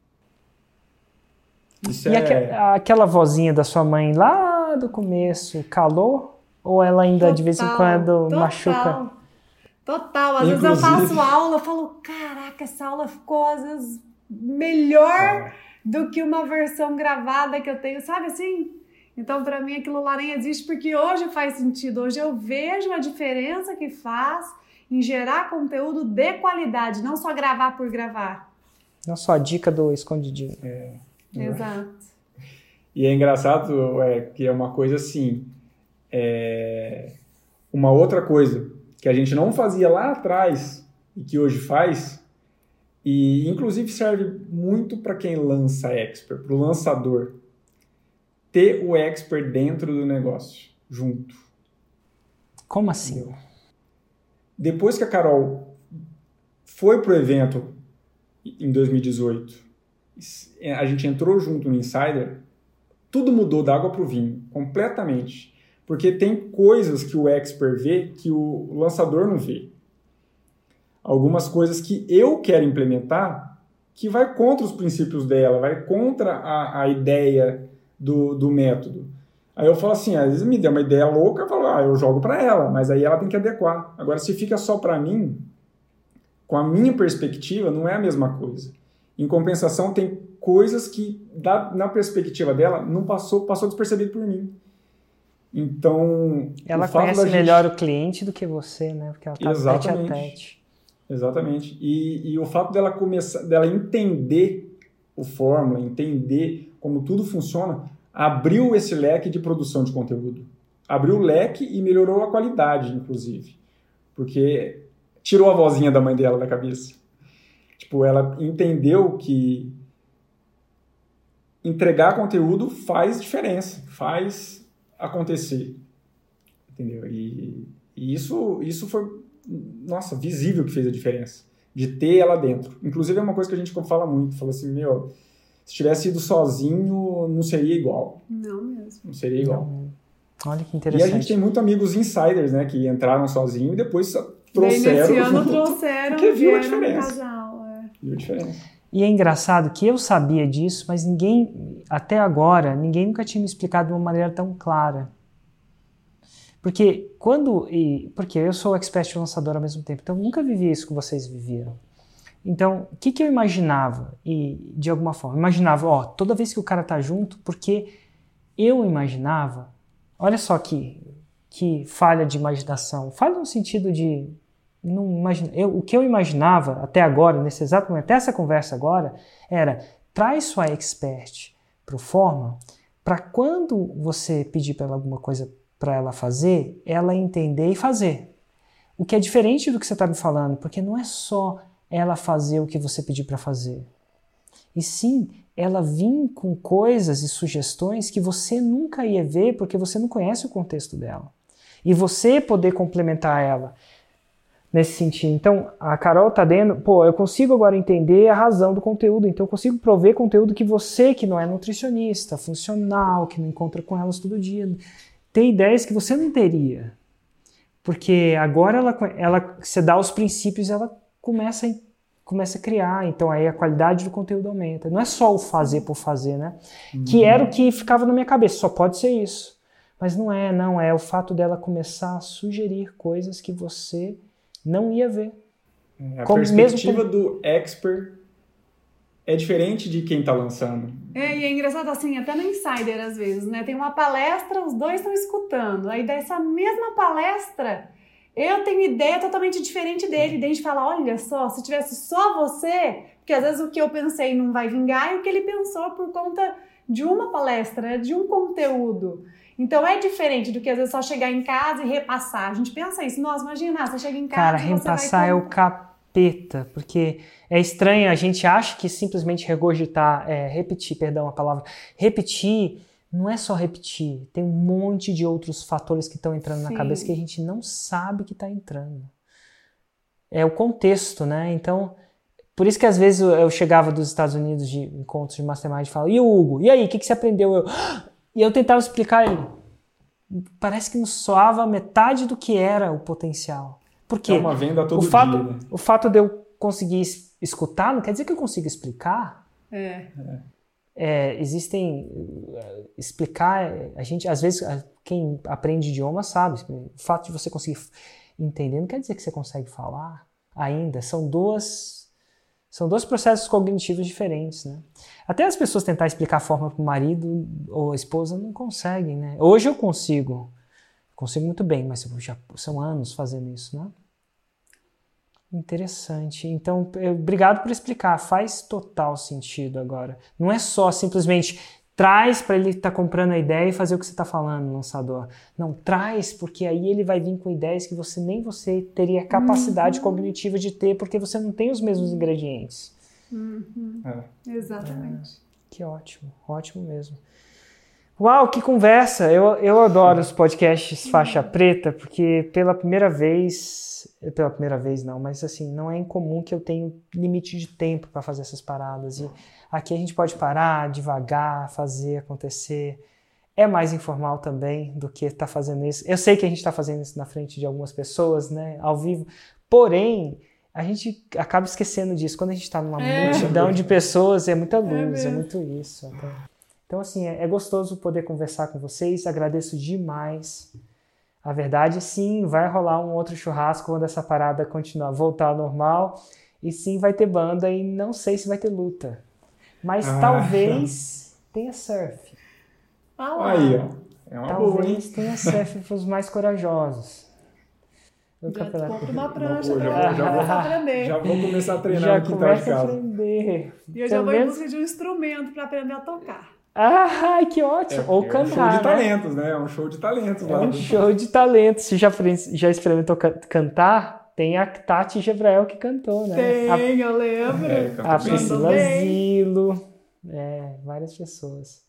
Isso aquela vozinha da sua mãe lá do começo, calou? Ou ela ainda de vez em quando machuca? Total. Às vezes eu faço aula, eu falo, caraca, essa aula ficou às vezes melhor do que uma versão gravada que eu tenho, sabe assim? Então, para mim, aquilo lá nem existe, porque hoje faz sentido. Hoje eu vejo a diferença que faz em gerar conteúdo de qualidade, não só gravar por gravar. Não só a dica do escondidinho. Exato. E é engraçado que é uma coisa assim, uma outra coisa que a gente não fazia lá atrás e que hoje faz, e inclusive serve muito para quem lança expert, para o lançador, ter o expert dentro do negócio, junto. Como assim? Depois que a Carol foi pro evento em 2018, a gente entrou junto no Insider, tudo mudou da água pro vinho, completamente. Porque tem coisas que o expert vê que o lançador não vê. Algumas coisas que eu quero implementar que vai contra os princípios dela, vai contra a ideia do método. Aí eu falo assim, às vezes me deu uma ideia louca, eu falo, eu jogo para ela, mas aí ela tem que adequar. Agora, se fica só para mim, com a minha perspectiva, não é a mesma coisa. Em compensação, tem coisas que, na perspectiva dela, não passou despercebido por mim. Então, ela conhece melhor o cliente do que você, né? Porque ela está tete a tete. Exatamente. E o fato dela entender o fórmula, entender como tudo funciona, abriu esse leque de produção de conteúdo. Abriu o leque e melhorou a qualidade, inclusive. Porque tirou a vozinha da mãe dela da cabeça. Tipo, ela entendeu que entregar conteúdo faz diferença, faz acontecer, entendeu? E isso foi, nossa, visível que fez a diferença, de ter ela dentro. Inclusive é uma coisa que a gente fala muito, fala assim, se tivesse ido sozinho, não seria igual. Não mesmo. Não seria igual. Olha que interessante. E a gente tem muito amigos insiders, né, que entraram sozinho e depois trouxeram. Nesse ano trouxeram, porque viu a diferença. Casal, Viu a diferença. E é engraçado que eu sabia disso, mas até agora, ninguém nunca tinha me explicado de uma maneira tão clara. Porque eu sou expert e lançador ao mesmo tempo, então eu nunca vivi isso que vocês viviam. Então, o que eu imaginava? E, de alguma forma, imaginava, toda vez que o cara tá junto, porque eu imaginava, olha só que falha de imaginação, falha no sentido de, não imagina, o que eu imaginava até agora, nesse exato momento, até essa conversa agora, era, traz sua expert pro Forma, para quando você pedir para ela alguma coisa para ela fazer, ela entender e fazer. O que é diferente do que você está me falando, porque não é só ela fazer o que você pedir para fazer. E sim, ela vir com coisas e sugestões que você nunca ia ver porque você não conhece o contexto dela. E você poder complementar ela nesse sentido. Então, a Carol está dando, eu consigo agora entender a razão do conteúdo, então eu consigo prover conteúdo que você, que não é nutricionista, funcional, que não encontra com elas todo dia, tem ideias que você não teria. Porque agora você dá os princípios e ela começa a criar, então aí a qualidade do conteúdo aumenta. Não é só o fazer por fazer, né? Que era o que ficava na minha cabeça, só pode ser isso. Mas não é o fato dela começar a sugerir coisas que você não ia ver. A perspectiva do expert é diferente de quem está lançando. e é engraçado assim, até no Insider às vezes, né? Tem uma palestra, os dois estão escutando, aí dessa mesma palestra eu tenho ideia totalmente diferente dele. Daí a gente fala, olha só, se tivesse só você, porque às vezes o que eu pensei não vai vingar e o que ele pensou por conta de uma palestra, de um conteúdo. Então é diferente do que às vezes só chegar em casa e repassar. A gente pensa isso, nossa, imagina, você chega em casa... Cara, repassar é o capeta, porque é estranho, a gente acha que simplesmente regurgitar, repetir não é só repetir, tem um monte de outros fatores que estão entrando na cabeça que a gente não sabe que está entrando. É o contexto, né? Então, por isso que às vezes eu chegava dos Estados Unidos de encontros de mastermind e falava, e o Hugo? E aí, o que você aprendeu? E eu tentava explicar ele. Parece que não soava metade do que era o potencial. Por quê? É uma venda todo dia, né? O fato de eu conseguir escutar não quer dizer que eu consiga explicar. Explicar, a gente, às vezes, quem aprende idioma sabe, o fato de você conseguir entender não quer dizer que você consegue falar ainda, são dois processos cognitivos diferentes, né? Até as pessoas tentar explicar a forma para o marido ou a esposa não conseguem, né? Hoje eu consigo muito bem, mas já são anos fazendo isso, né? Interessante. Então, obrigado por explicar. Faz total sentido agora. Não é só simplesmente traz para ele estar comprando a ideia e fazer o que você está falando, lançador. Não, traz porque aí ele vai vir com ideias que nem você teria capacidade cognitiva de ter porque você não tem os mesmos ingredientes. Exatamente. Que ótimo. Ótimo mesmo. Uau, que conversa! Eu adoro os podcasts faixa preta, porque pela primeira vez não, mas assim, não é incomum que eu tenho limite de tempo para fazer essas paradas. E aqui a gente pode parar, devagar, fazer acontecer. É mais informal também do que estar fazendo isso. Eu sei que a gente está fazendo isso na frente de algumas pessoas, né, ao vivo, porém, a gente acaba esquecendo disso. Quando a gente está numa multidão de pessoas, é muita luz, é muito isso. Então, assim, é gostoso poder conversar com vocês, agradeço demais. A verdade, sim, vai rolar um outro churrasco quando essa parada voltar ao normal, e sim, vai ter banda, e não sei se vai ter luta. Mas talvez tenha surf. Aí, ó. É uma talvez tenha surf para os mais corajosos. Já compro uma prancha já vou começar a treinar no quintal de casa. E eu já vou em busca de um instrumento para aprender a tocar. Ah, que ótimo! Ou cantar, um show de talentos, né? É um show de talentos. É um show de talentos. Você já experimentou cantar? tem a Tati Gebrael que cantou, né? Eu lembro. A Priscila Zilo, várias pessoas.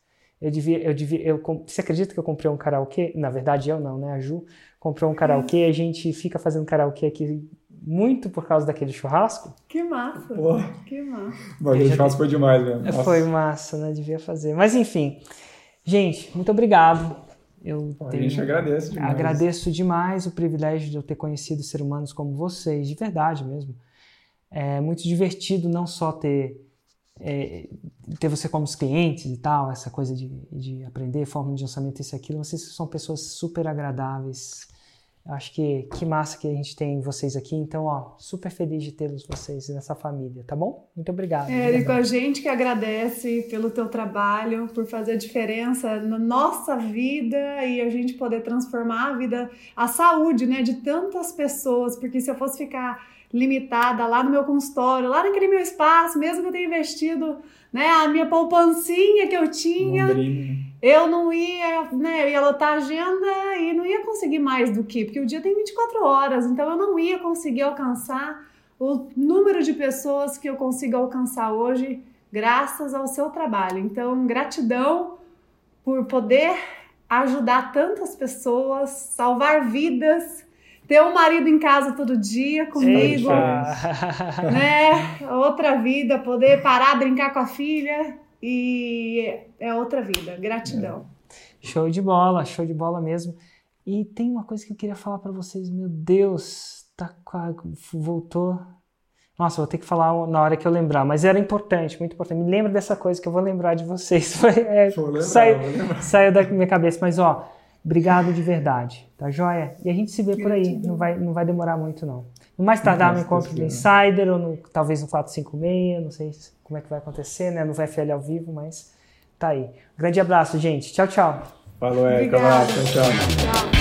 Você acredita que eu comprei um karaokê? Na verdade, eu não, né? A Ju comprou um karaokê, a gente fica fazendo karaokê aqui muito por causa daquele churrasco. Que massa! Pô. Que massa! Mas o churrasco foi demais, né? Foi massa, né? Devia fazer. Mas enfim, gente, muito obrigado. A gente agradece demais. Agradeço demais o privilégio de eu ter conhecido seres humanos como vocês, de verdade mesmo. É muito divertido não só ter você como os clientes e tal, essa coisa de aprender forma de lançamento, isso e aquilo. Vocês são pessoas super agradáveis. Acho que massa que a gente tem vocês aqui. Então, super feliz de tê-los vocês nessa família, tá bom? Muito obrigado. Érico, a gente que agradece pelo teu trabalho, por fazer a diferença na nossa vida e a gente poder transformar a vida, a saúde, né, de tantas pessoas, porque se eu fosse ficar limitada lá no meu consultório, lá naquele meu espaço, mesmo que eu tenha investido, né, a minha poupancinha que eu tinha, eu não ia, né, eu ia lotar a agenda e não ia conseguir mais do que, porque o dia tem 24 horas, então eu não ia conseguir alcançar o número de pessoas que eu consigo alcançar hoje, graças ao seu trabalho. Então, gratidão por poder ajudar tantas pessoas, salvar vidas, ter um marido em casa todo dia comigo, né? Outra vida, poder parar, brincar com a filha e é outra vida. Gratidão. Show de bola mesmo. E tem uma coisa que eu queria falar para vocês. Meu Deus, voltou. Nossa, vou ter que falar na hora que eu lembrar, mas era importante, muito importante. Me lembra dessa coisa que eu vou lembrar de vocês. Saiu da minha cabeça, mas obrigado de verdade, tá joia? E a gente se vê por aí, não vai demorar muito não. No mais tardar no encontro do Insider, ou talvez no 456, não sei como é que vai acontecer, né? No VFL ao vivo, mas tá aí. Um grande abraço, gente. Tchau, tchau. Falou, Érico. Tchau. Tchau.